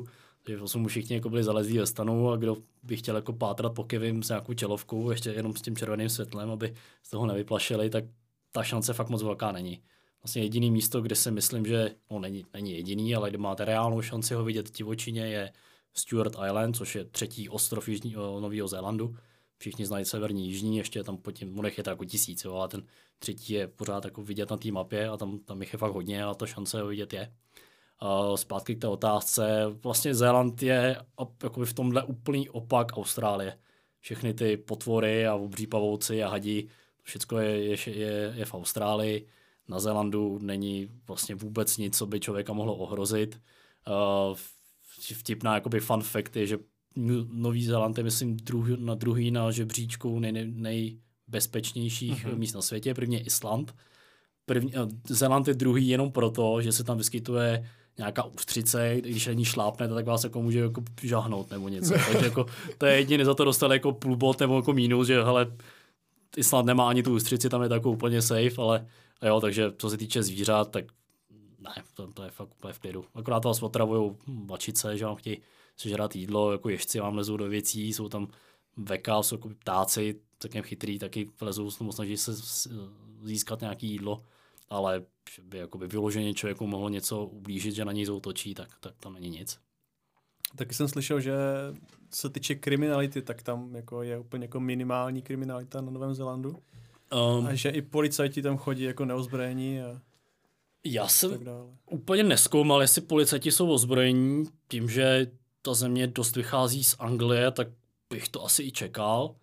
Takže vlastně všichni jako byli zalezlí ve stanu a kdo by chtěl jako pátrat po Kevim s nějakou čelovkou, ještě jenom s tím červeným světlem, aby z toho nevyplašili, tak ta šance fakt moc velká není. Vlastně jediný místo, kde si myslím, že no, není, není jediný, ale kde máte reálnou šanci ho vidět divočině, je Stewart Island, což je třetí ostrov Jižního Nového Zélandu. Všichni znají severní, jižní, ještě tam pod tím, Monech je to jako tisíc, jo, ale ten třetí je pořád jako vidět na té mapě a tam, tam jich je fakt hodně a ta šance ho vidět je. Uh, zpátky k té otázce, vlastně Zéland je jakoby v tomhle úplný opak Austrálie. Všechny ty potvory a obří pavouci a hadi, všechno je, je, je, je v Austrálii. Na Zélandu není vlastně vůbec nic, co by člověka mohlo ohrozit. Uh, vtipná jakoby fun fact je, že Nový Zéland je, myslím, druh, na druhý na žebříčku nej, nejbezpečnějších uh-huh. míst na světě. První je Island. První, Zéland je druhý jenom proto, že se tam vyskytuje nějaká ústřice, když není šlápnete, tak vás jako může jako žahnout nebo něco. Takže jako, to je jediný, za to dostal jako půl bod nebo jako mínus, že hele, Island nemá ani tu ústřici, tam je to jako úplně safe, ale jo, takže co se týče zvířat, tak ne, to, to je fakt úplně v klidu. Akorát vás otravujou vačice, že vám chtějí sežrat jídlo, jako ježci vám lezou do věcí, jsou tam veka, jsou jako ptáci, taky chytrý, taky lezou, snaží se získat nějaké jídlo, ale by jakoby vyloženě člověku mohlo něco ublížit, že na něj zautočí, tak, tak tam není nic. Taky jsem slyšel, že co se týče kriminality, tak tam jako je úplně jako minimální kriminalita na Novém Zélandu. Um, a že i policajti tam chodí jako neozbrojení a já jsem tak dále. Úplně nezkoumal, jestli policajti jsou ozbrojení, tím, že ta země dost vychází z Anglie, tak bych to asi i čekal.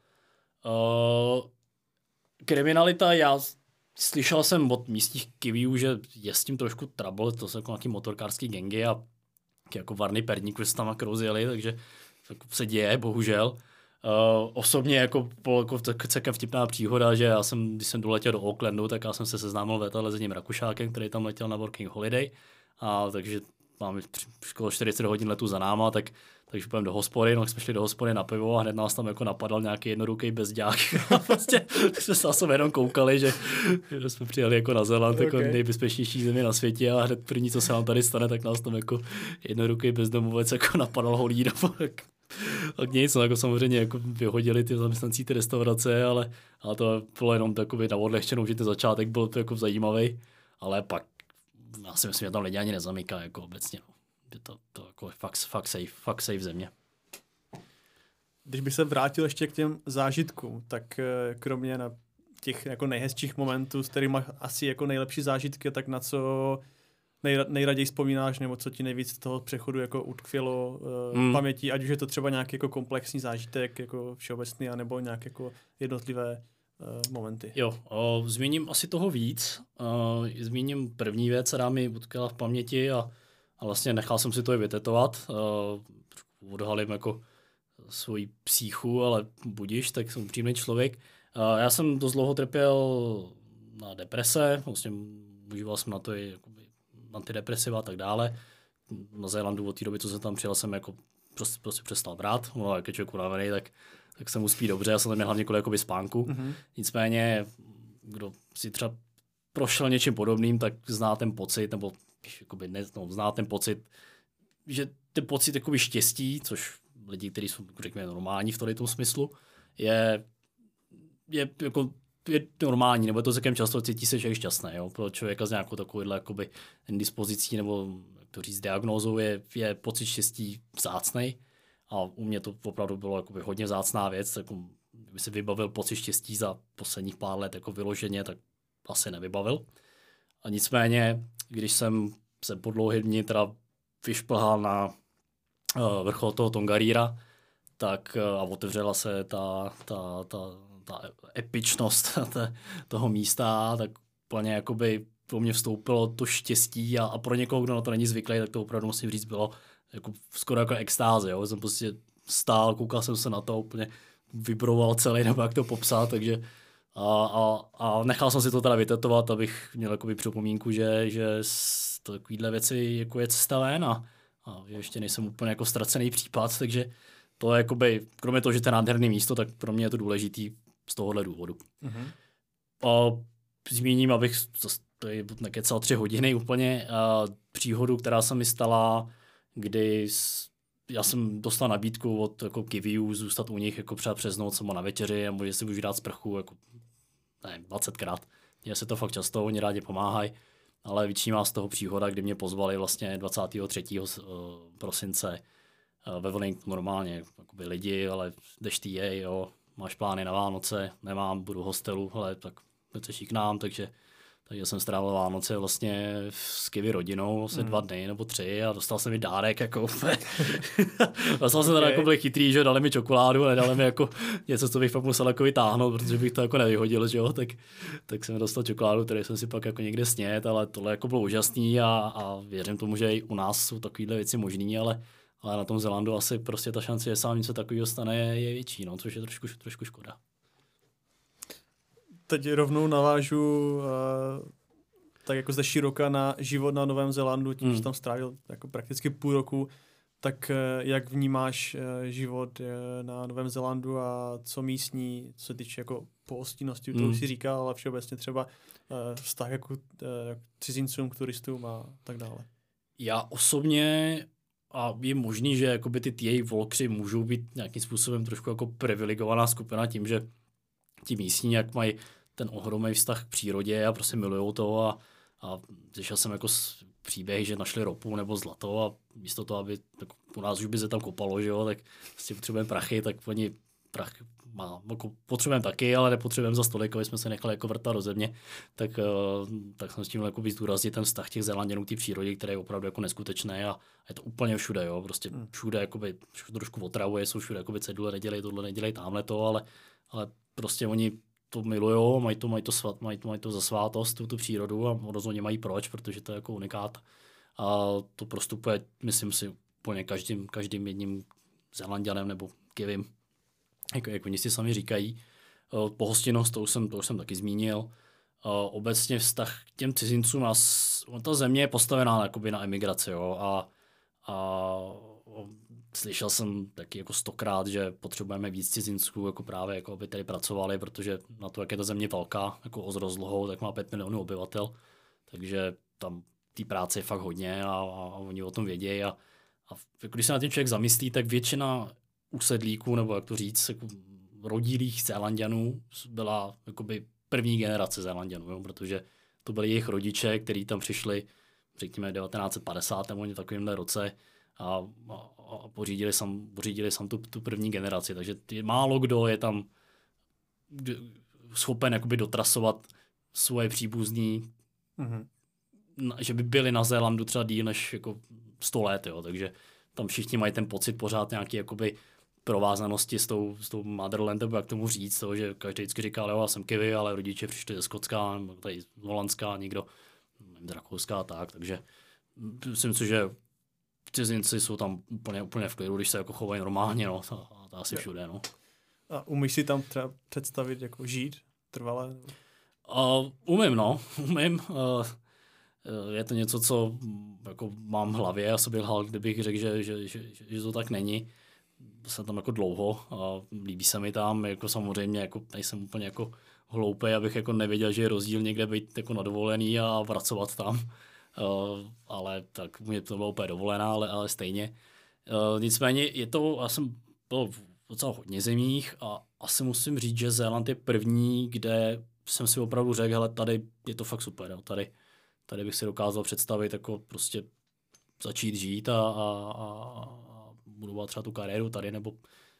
Uh, kriminalita, já slyšel jsem od místních kiwiů, že je s tím trošku trouble, to jsou jako nějaký motorkářský gangy a jako varný perník, že se tam rozjeli, takže se děje, bohužel. Uh, osobně jako, jako celkem vtipná příhoda, že já jsem, když jsem doletěl do Aucklandu, tak já jsem se seznámil v letadle s jedním Rakušákem, který tam letěl na working holiday, a takže máme skoro čtyřicet hodin letu za náma, tak takže půjdeme do hospody, no jsme šli do hospody na pivo a hned nás tam jako napadal nějaký jednoruchý bezďák. A prostě jsme se asi jenom koukali, že, že jsme přijeli jako na Zéland, okay. Jako nejbezpečnější země na světě a hned první, co se nám tady stane, tak nás tam jako jednoruchý bezdomovec jako napadal holí. Tak, tak nic, no, jako samozřejmě jako vyhodili ty zaměstnanci ty restaurace, ale, ale to bylo jenom takový na odlehčenou, že ten začátek byl to jako zajímavý, ale pak já si myslím, že tam lidi ani nezamyká jako obecně. No. Je to, to jako fakt, fakt safe, fakt safe země. Když bych se vrátil ještě k těm zážitkům, tak kromě na těch jako nejhezčích momentů, s kterými asi jako nejlepší zážitky, tak na co nejra, nejraději vzpomínáš, nebo co ti nejvíc z toho přechodu jako utkvělo uh, mm. v paměti, ať už je to třeba nějaký jako komplexní zážitek, jako všeobecný, anebo nějak jako jednotlivé uh, momenty. Jo, o, zmíním asi toho víc. O, zmíním první věc, která mi utkvěla v paměti a A vlastně nechal jsem si to i vytetovat. Uh, odhalím jako svoji psíchu, ale budiš, tak jsem upřímný člověk. Uh, já jsem dost dlouho trpěl na deprese, vlastně užíval jsem na to i jakoby antidepresiva a tak dále. Na Zélandu od té doby, co jsem tam přijel, jsem jako prostě, prostě přestal brát. No, jak je člověk unavený, tak, tak se mu spí dobře. Já jsem tam měl hlavně kvůli jakoby spánku. Mm-hmm. Nicméně, kdo si třeba prošel něčím podobným, tak zná ten pocit, nebo jakoby ne, no, zná ten pocit, že ten pocit jakoby štěstí, což lidi, kteří jsou, řekněme, normální v tom smyslu, je, je jako je normální, nebo je to celkem často cítí se člověk šťastný, jo? Pro člověka s nějakou takovouhle jakoby indispozicí, nebo jak to říct, diagnózou je, je pocit štěstí vzácnej a u mě to opravdu bylo jakoby hodně vzácná věc, jako, kdyby se vybavil pocit štěstí za posledních pár let jako vyloženě, tak asi nevybavil. A nicméně, když jsem se po dlouhé dni teda vyšplhal na uh, vrchol toho Tongaríra, tak uh, a otevřela se ta, ta, ta, ta epičnost ta, toho místa, tak plně jakoby pro mě vstoupilo to štěstí a, a pro někoho, kdo na to není zvyklý, tak to opravdu musím říct, bylo jako, skoro jako extáze. Jo? Jsem prostě stál, koukal jsem se na to, úplně vibroval celý, nebo jak to popsat, takže A, a, a nechal jsem si to teda vytetovat, abych měl jakoby připomínku, že, že takovýhle věci jako je cesta ven a, a ještě nejsem úplně jako ztracený případ, takže to je jakoby, kromě toho, že to je nádherný místo, tak pro mě je to důležitý z tohohle důvodu. Mm-hmm. A zmíním, abych to je nekecal tři hodiny úplně, a příhodu, která se mi stala, kdy já jsem dostal nabídku od jako Kiwiu zůstat u nich jako třeba přes noc nebo na večeři a může si už dát sprchu jako ne, dvacetkrát. Děje se to fakt často, oni rádi pomáhají, ale vyčnívá z toho příhoda, kdy mě pozvali vlastně dvacátého třetího prosince ve Wellingtonu normálně, jakoby lidi, ale jdeš ty jej, jo, máš plány na Vánoce, nemám, budu v hostelu, ale tak chceš k nám, takže Takže jsem strávil Vánoce vlastně s Kiwi rodinou, vlastně mm. dva dny nebo tři a dostal jsem mi dárek, jako dostal okay. jsem teda jako byl chytrý, že dali mi čokoládu, nedali mi jako něco, co bych pak musel jako vytáhnout, protože bych to jako nevyhodil, že jo, tak, tak jsem dostal čokoládu, který jsem si pak jako někde snět, ale tohle jako bylo úžasný a, a věřím tomu, že i u nás jsou takovýhle věci možný, ale, ale na tom Zélandu asi prostě ta šance, že se vám něco takového stane, je, je větší, no, což je trošku, trošku škoda. Teď rovnou navážu uh, tak jako ze široka na život na Novém Zélandu, tím, mm. že tam strávil jako prakticky půl roku, tak uh, jak vnímáš uh, život uh, na Novém Zélandu a co místní, co se týče jako pohostinnosti, mm. to už si říkal, ale všeobecně třeba uh, vztah jako uh, cizincům, k turistům a tak dále. Já osobně, a je možný, že jakoby ty T A Volkři můžou být nějakým způsobem trošku jako privilegovaná skupina tím, že ti místní, jak mají ten ohromný vztah k přírodě a prostě milujou to a, a slyšel jsem jako příběhy, že našli ropu nebo zlato a místo toho, aby tak u nás už by se tam kopalo, že jo, tak prostě potřebujeme prachy, tak oni prach má, jako potřebujeme taky, ale nepotřebujeme za stolik, aby jsme se nechali jako vrtat do země, tak, tak jsem s tím jako zdůraznit ten vztah těch Zélanděnů k té přírodě, který je opravdu jako neskutečný a je to úplně všude, jo, prostě všude jakoby, trošku otravuje, jsou všude jakoby cedule, nedělej tohle, nedělej tamhle to, ale, ale prostě oni to milujou, mají to, mají to, svat, mají to, mají to za svátost, tu, tu přírodu a rozhodně mají proč, protože to je jako unikát. A to prostupuje, myslím si, úplně každým, každým jedním Zélanďanem nebo Kiwim, jako, jak oni si sami říkají. Pohostinnost, to už jsem, to už jsem taky zmínil. Obecně vztah k těm cizincům, a ta země je postavená jakoby na emigraci, jo, a, a slyšel jsem taky jako stokrát, že potřebujeme víc cizinců, jako právě jako aby tady pracovali, protože na to, jak je ta země velká, jako o rozlohou, tak má pět milionů obyvatel, takže tam té práce je fakt hodně a, a, a oni o tom vědějí a, a když se na tím člověk zamyslí, tak většina usedlíků, nebo jak to říct, jako rodilých Zélanďanů byla jakoby první generace Zélanďanů, jo, protože to byli jejich rodiče, kteří tam přišli, řekněme, devatenáct set padesát nebo v takovémhle roce, a, a, a pořídili sam, pořídili sam tu, tu první generaci, takže málo kdo je tam schopen jakoby dotrasovat svoje příbuzní, mm-hmm. že by byli na Zélandu třeba díl než jako sto let, jo, takže tam všichni mají ten pocit pořád nějaký jakoby provázanosti s tou, s tou motherlandem, jak tomu říct, to, že každý vždycky říkal, jo, já jsem Kiwi, ale rodiče přišli ze Skotska, tady z Holandska, někdo z Rakouska a tak, takže myslím si, že cizinci jsou tam úplně, úplně v klidu, když se jako chovají normálně, no, to, to asi všude, no. A umíš si tam třeba představit, jako žít trvale? Uh, umím, no, umím. Uh, je to něco, co jako mám v hlavě, já sobě lhal, kdybych řekl, že, že, že, že to tak není. Jsem tam jako dlouho a líbí se mi tam, jako samozřejmě, jako nejsem úplně jako hloupej, abych jako nevěděl, že je rozdíl někde být jako na dovolený a vracovat tam. Uh, ale tak mě to bylo úplně dovolená, ale, ale stejně. Uh, nicméně je to, já jsem byl v docela hodně zemích a asi musím říct, že Zéland je první, kde jsem si opravdu řekl, hele, tady je to fakt super, jo. Tady, tady bych si dokázal představit jako prostě začít žít a, a, a budovat třeba tu kariéru tady, nebo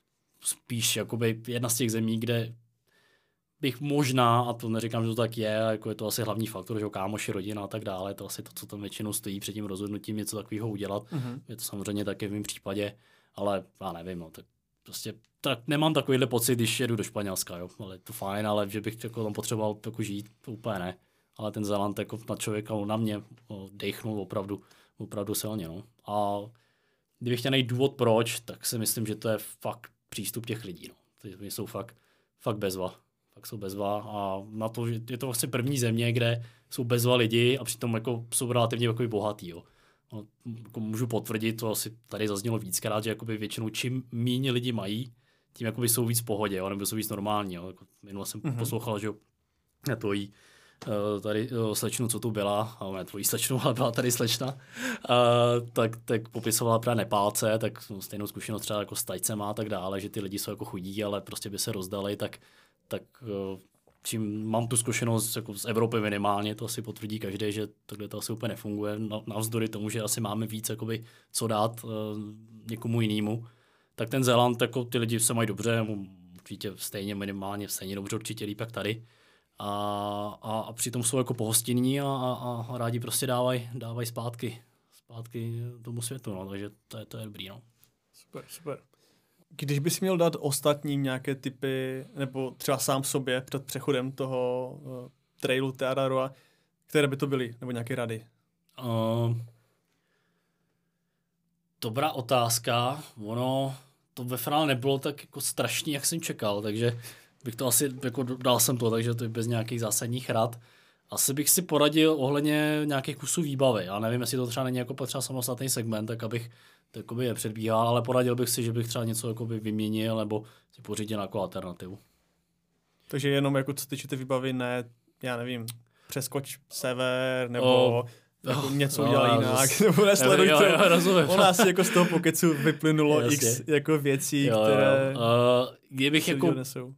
spíš jakoby jedna z těch zemí, kde bych možná, a to neříkám, že to tak je, jako je to asi hlavní faktor, že kámoši, rodina a tak dále, to asi to, co tam většinou stojí před tím rozhodnutím něco takového udělat. Mm-hmm. Je to samozřejmě taky v mém případě, ale já nevím, no, tak prostě tak nemám takovýhle pocit, když jedu do Španělska, jo, ale to fajn, ale že bych jako tam potřeboval jako žít, to úplně ne. Ale ten Zéland jako na člověka, na mě dechnul opravdu, opravdu silně, no. A kdybych chtěl najít důvod proč, tak si myslím, že to je fakt přístup těch lidí, no. Ty jsou fakt, fakt bezva. Fakt jsou bezva a na to, že je to vlastně první země, kde jsou bezva lidi a přitom jako jsou relativně jako bohatý, jo. No, jako můžu potvrdit, to asi tady zaznělo víckrát, že jakoby většinou čím méně lidi mají, tím jsou víc v pohodě, jo, nebo jsou víc normální. Jo. Jako minule jsem mm-hmm. poslouchal, že na to jí tady slečnu, co tu byla, ale ne tvojí slečnu, ale byla tady slečna, tak, tak popisovala právě Nepálce, tak stejnou zkušenost třeba jako s tajcema a tak dále, že ty lidi jsou jako chudí, ale prostě by se rozdali, tak, tak čím mám tu zkušenost jako z Evropy minimálně, to asi potvrdí každý, že tohle to asi úplně nefunguje, navzdory tomu, že asi máme víc jakoby, co dát uh, někomu jinému, tak ten Zéland, jako ty lidi se mají dobře, určitě stejně minimálně, stejně dobře, určitě líp jak tady. A, a, a přitom jsou jako pohostinní a, a, a rádi prostě dávají dávaj zpátky, zpátky tomu světu, no, takže to je, to je dobrý, no. Super, super. Když bys měl dát ostatním nějaké typy, nebo třeba sám sobě před přechodem toho uh, trailu té Araroa, které by to byly, nebo nějaké rady? Uh, dobrá otázka, ono to ve finále nebylo tak jako strašný, jak jsem čekal, takže bych to asi, jako dal jsem to, takže to je bez nějakých zásadních rad. Asi bych si poradil ohledně nějakých kusů výbavy. Já nevím, jestli to třeba není jako potřeba samostatný segment, tak abych to jakoby nepředbíhal, ale poradil bych si, že bych třeba něco jakoby vyměnil nebo si pořídil nějakou alternativu. Takže jenom jako co týče ty výbavy, ne, já nevím, přeskoč sever, nebo oh, jako oh, něco no, udělal jinak, nebo nesleduj to. Ono asi jako z toho pokecu vyplynulo Jasně. x jako věcí, jo, které jo. Uh, kdybych jako nesou.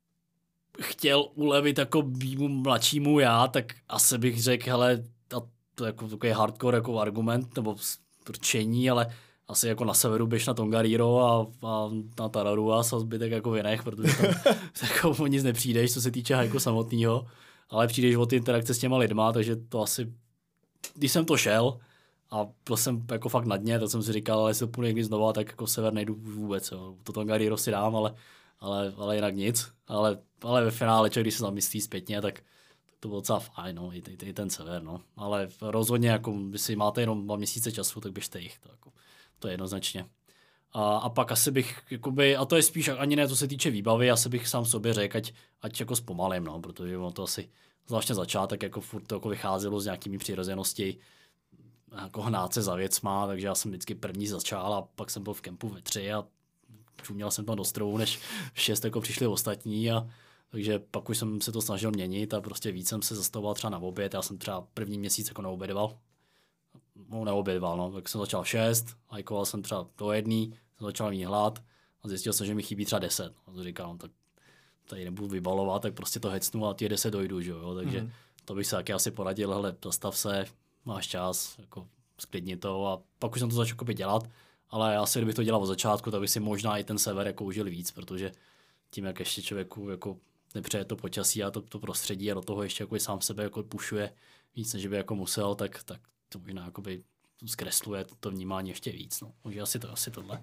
chtěl ulevit jako býmu mladšímu já, tak asi bych řekl, hele, to je jako takový hardcore jako argument, nebo rčení, ale asi jako na severu běž na Tongariro a, a na Tararua a zbytek jako věnech, protože tam jako o nic nepřijdeš, co se týče hajku samotného, ale přijdeš o ty interakce s těma lidma, takže to asi, když jsem to šel a byl jsem jako fakt na dně, tak jsem si říkal, ale jestli to půjde někdy znova, tak jako sever nejdu vůbec, jo. To Tongariro si dám, ale, ale, ale jinak nic, ale, ale ve finále, člověk, když se zamyslí zpětně, tak to bylo docela fajn, no, i, i, i ten sever, no. Ale rozhodně, jako, když máte jenom dva měsíce času, tak běžte jich, to, jako, to je jednoznačně. A, a pak asi bych, jakoby, a to je spíš ani ne, co se týče výbavy, asi bych sám sobě řekl, ať, ať jako zpomalím, no, protože ono to asi, zvláště začátek, jako furt to jako vycházelo s nějakými přirozenosti, jako hnát se za věcma, takže já jsem vždycky první začal a pak jsem byl v kempu ve tři a čuměl jsem tam do strohu, než v šest jako přišli ostatní a takže pak už jsem se to snažil měnit a prostě víc jsem se zastavoval třeba na oběd. Já jsem třeba první měsíc jako neobědval. No, neobědval, no. Tak jsem začal v šest, hajkoval jsem třeba do jedný, jsem začal mít hlad a zjistil jsem, že mi chybí třeba deset. A to říkám, tak tady nebudu vybalovat, tak prostě to hecnu a těch deset dojdu, že jo. Takže mm. to bych se taky asi poradil, hele, zastav se, máš čas, jako sklidni to a pak už jsem to začal dělat. Ale asi kdybych to dělal od začátku, tak bych si možná i ten sever jako užil víc, protože tím, jak ještě člověku jako nepřeje to počasí a to, to prostředí a do toho ještě jako sám sebe jako pušuje víc, než by jako musel, tak, tak to možná jakoby zkresluje to vnímání ještě víc. No. Už asi to asi tohle.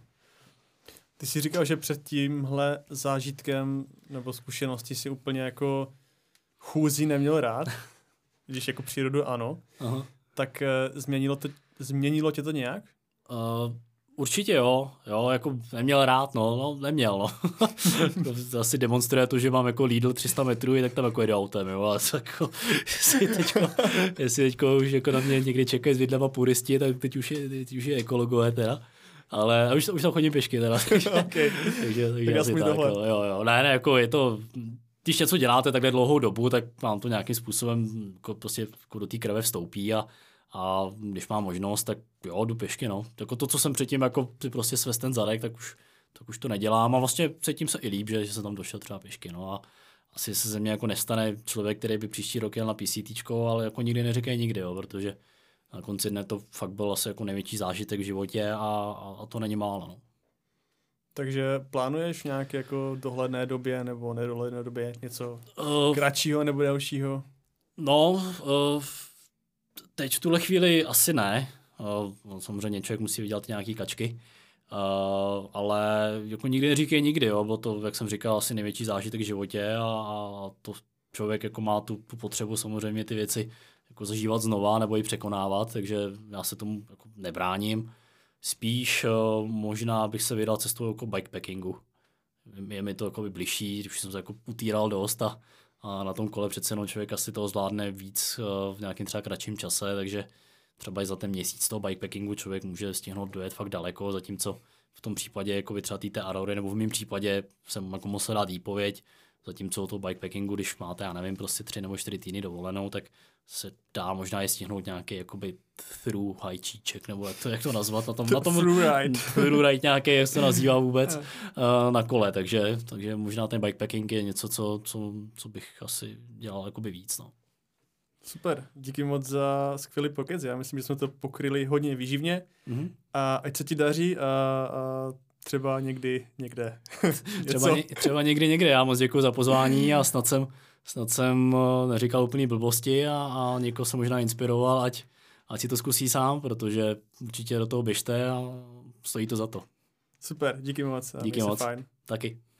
Ty jsi říkal, že před tímhle zážitkem nebo zkušeností si úplně jako chůzí neměl rád, když jako přírodu ano, aha. tak uh, změnilo, to, změnilo tě to nějak? Uh, Určitě jo, jo, jako neměl rád, no, no neměl, no. To asi demonstruje to, že mám jako Lidl tři sta metrů, tak tam jako jedu autem, jo, a jako, jestli teďko, jestli teďko už jako na mě někdy čekají s vidlema puristi, tak teď už je, teď už je ekologové teda, ale už, už tam chodím pěšky teda, takže, okay. takže, takže tak asi tak, jo, jo, jo, ne, ne, jako je to, když něco děláte takhle dlouhou dobu, tak vám to nějakým způsobem jako prostě jako do té krve vstoupí a A když mám možnost, tak jo, jdu pěšky, no. Jako to, co jsem předtím jako si prostě svést ten zadek, tak už, tak už to nedělám a vlastně předtím se i líb, že, že jsem tam došel třeba pěšky, no a asi se ze mě jako nestane člověk, který by příští rok jel na PCTčko, ale jako nikdy neříkají nikdy, jo, protože na konci dne to fakt byl asi jako největší zážitek v životě a, a, a to není málo, no. Takže plánuješ v nějaké jako dohledné době nebo nedohledné době něco uh, kratšího nebo delšího? No, uh, teď v tuhle chvíli asi ne. Uh, samozřejmě člověk musí vydělat nějaký kačky, uh, ale jako nikdy neříkej nikdy, jo, bylo to, jak jsem říkal, asi největší zážitek v životě a, a to člověk jako má tu, tu potřebu samozřejmě ty věci jako zažívat znova nebo i překonávat, takže já se tomu jako nebráním. Spíš uh, možná bych se vydal cestou jako bikepackingu. Je mi to jako bližší, když jsem se jako utíral dost a A na tom kole přece jenom člověk asi toho zvládne víc v nějakém třeba kratším čase, takže třeba i za ten měsíc toho bikepackingu člověk může stihnout dojet fakt daleko, zatímco v tom případě jako třeba té Arory, nebo v mém případě jsem jako musel dát výpověď, Zatímco u toho bikepackingu, když máte, já nevím, prostě tři nebo čtyři týdny dovolenou, tak se dá možná je stihnout nějaký jakoby through hajčíček, nebo jak to, jak to nazvat, na tom, na tom through ride. through ride nějaký, jak se to nazývá vůbec, uh, na kole, takže, takže možná ten bikepacking je něco, co, co, co bych asi dělal jakoby víc, no. Super, díky moc za skvělý pokec, já myslím, že jsme to pokryli hodně výživně mm-hmm. a ať se ti daří a, a třeba někdy někde. třeba, ně, třeba někdy někde, já moc děkuji za pozvání a snad jsem, snad jsem neříkal úplný blbosti a, a někoho jsem možná inspiroval, ať, ať si to zkusí sám, protože určitě do toho běžte a stojí to za to. Super, díky moc. Díky moc, fajn. Taky.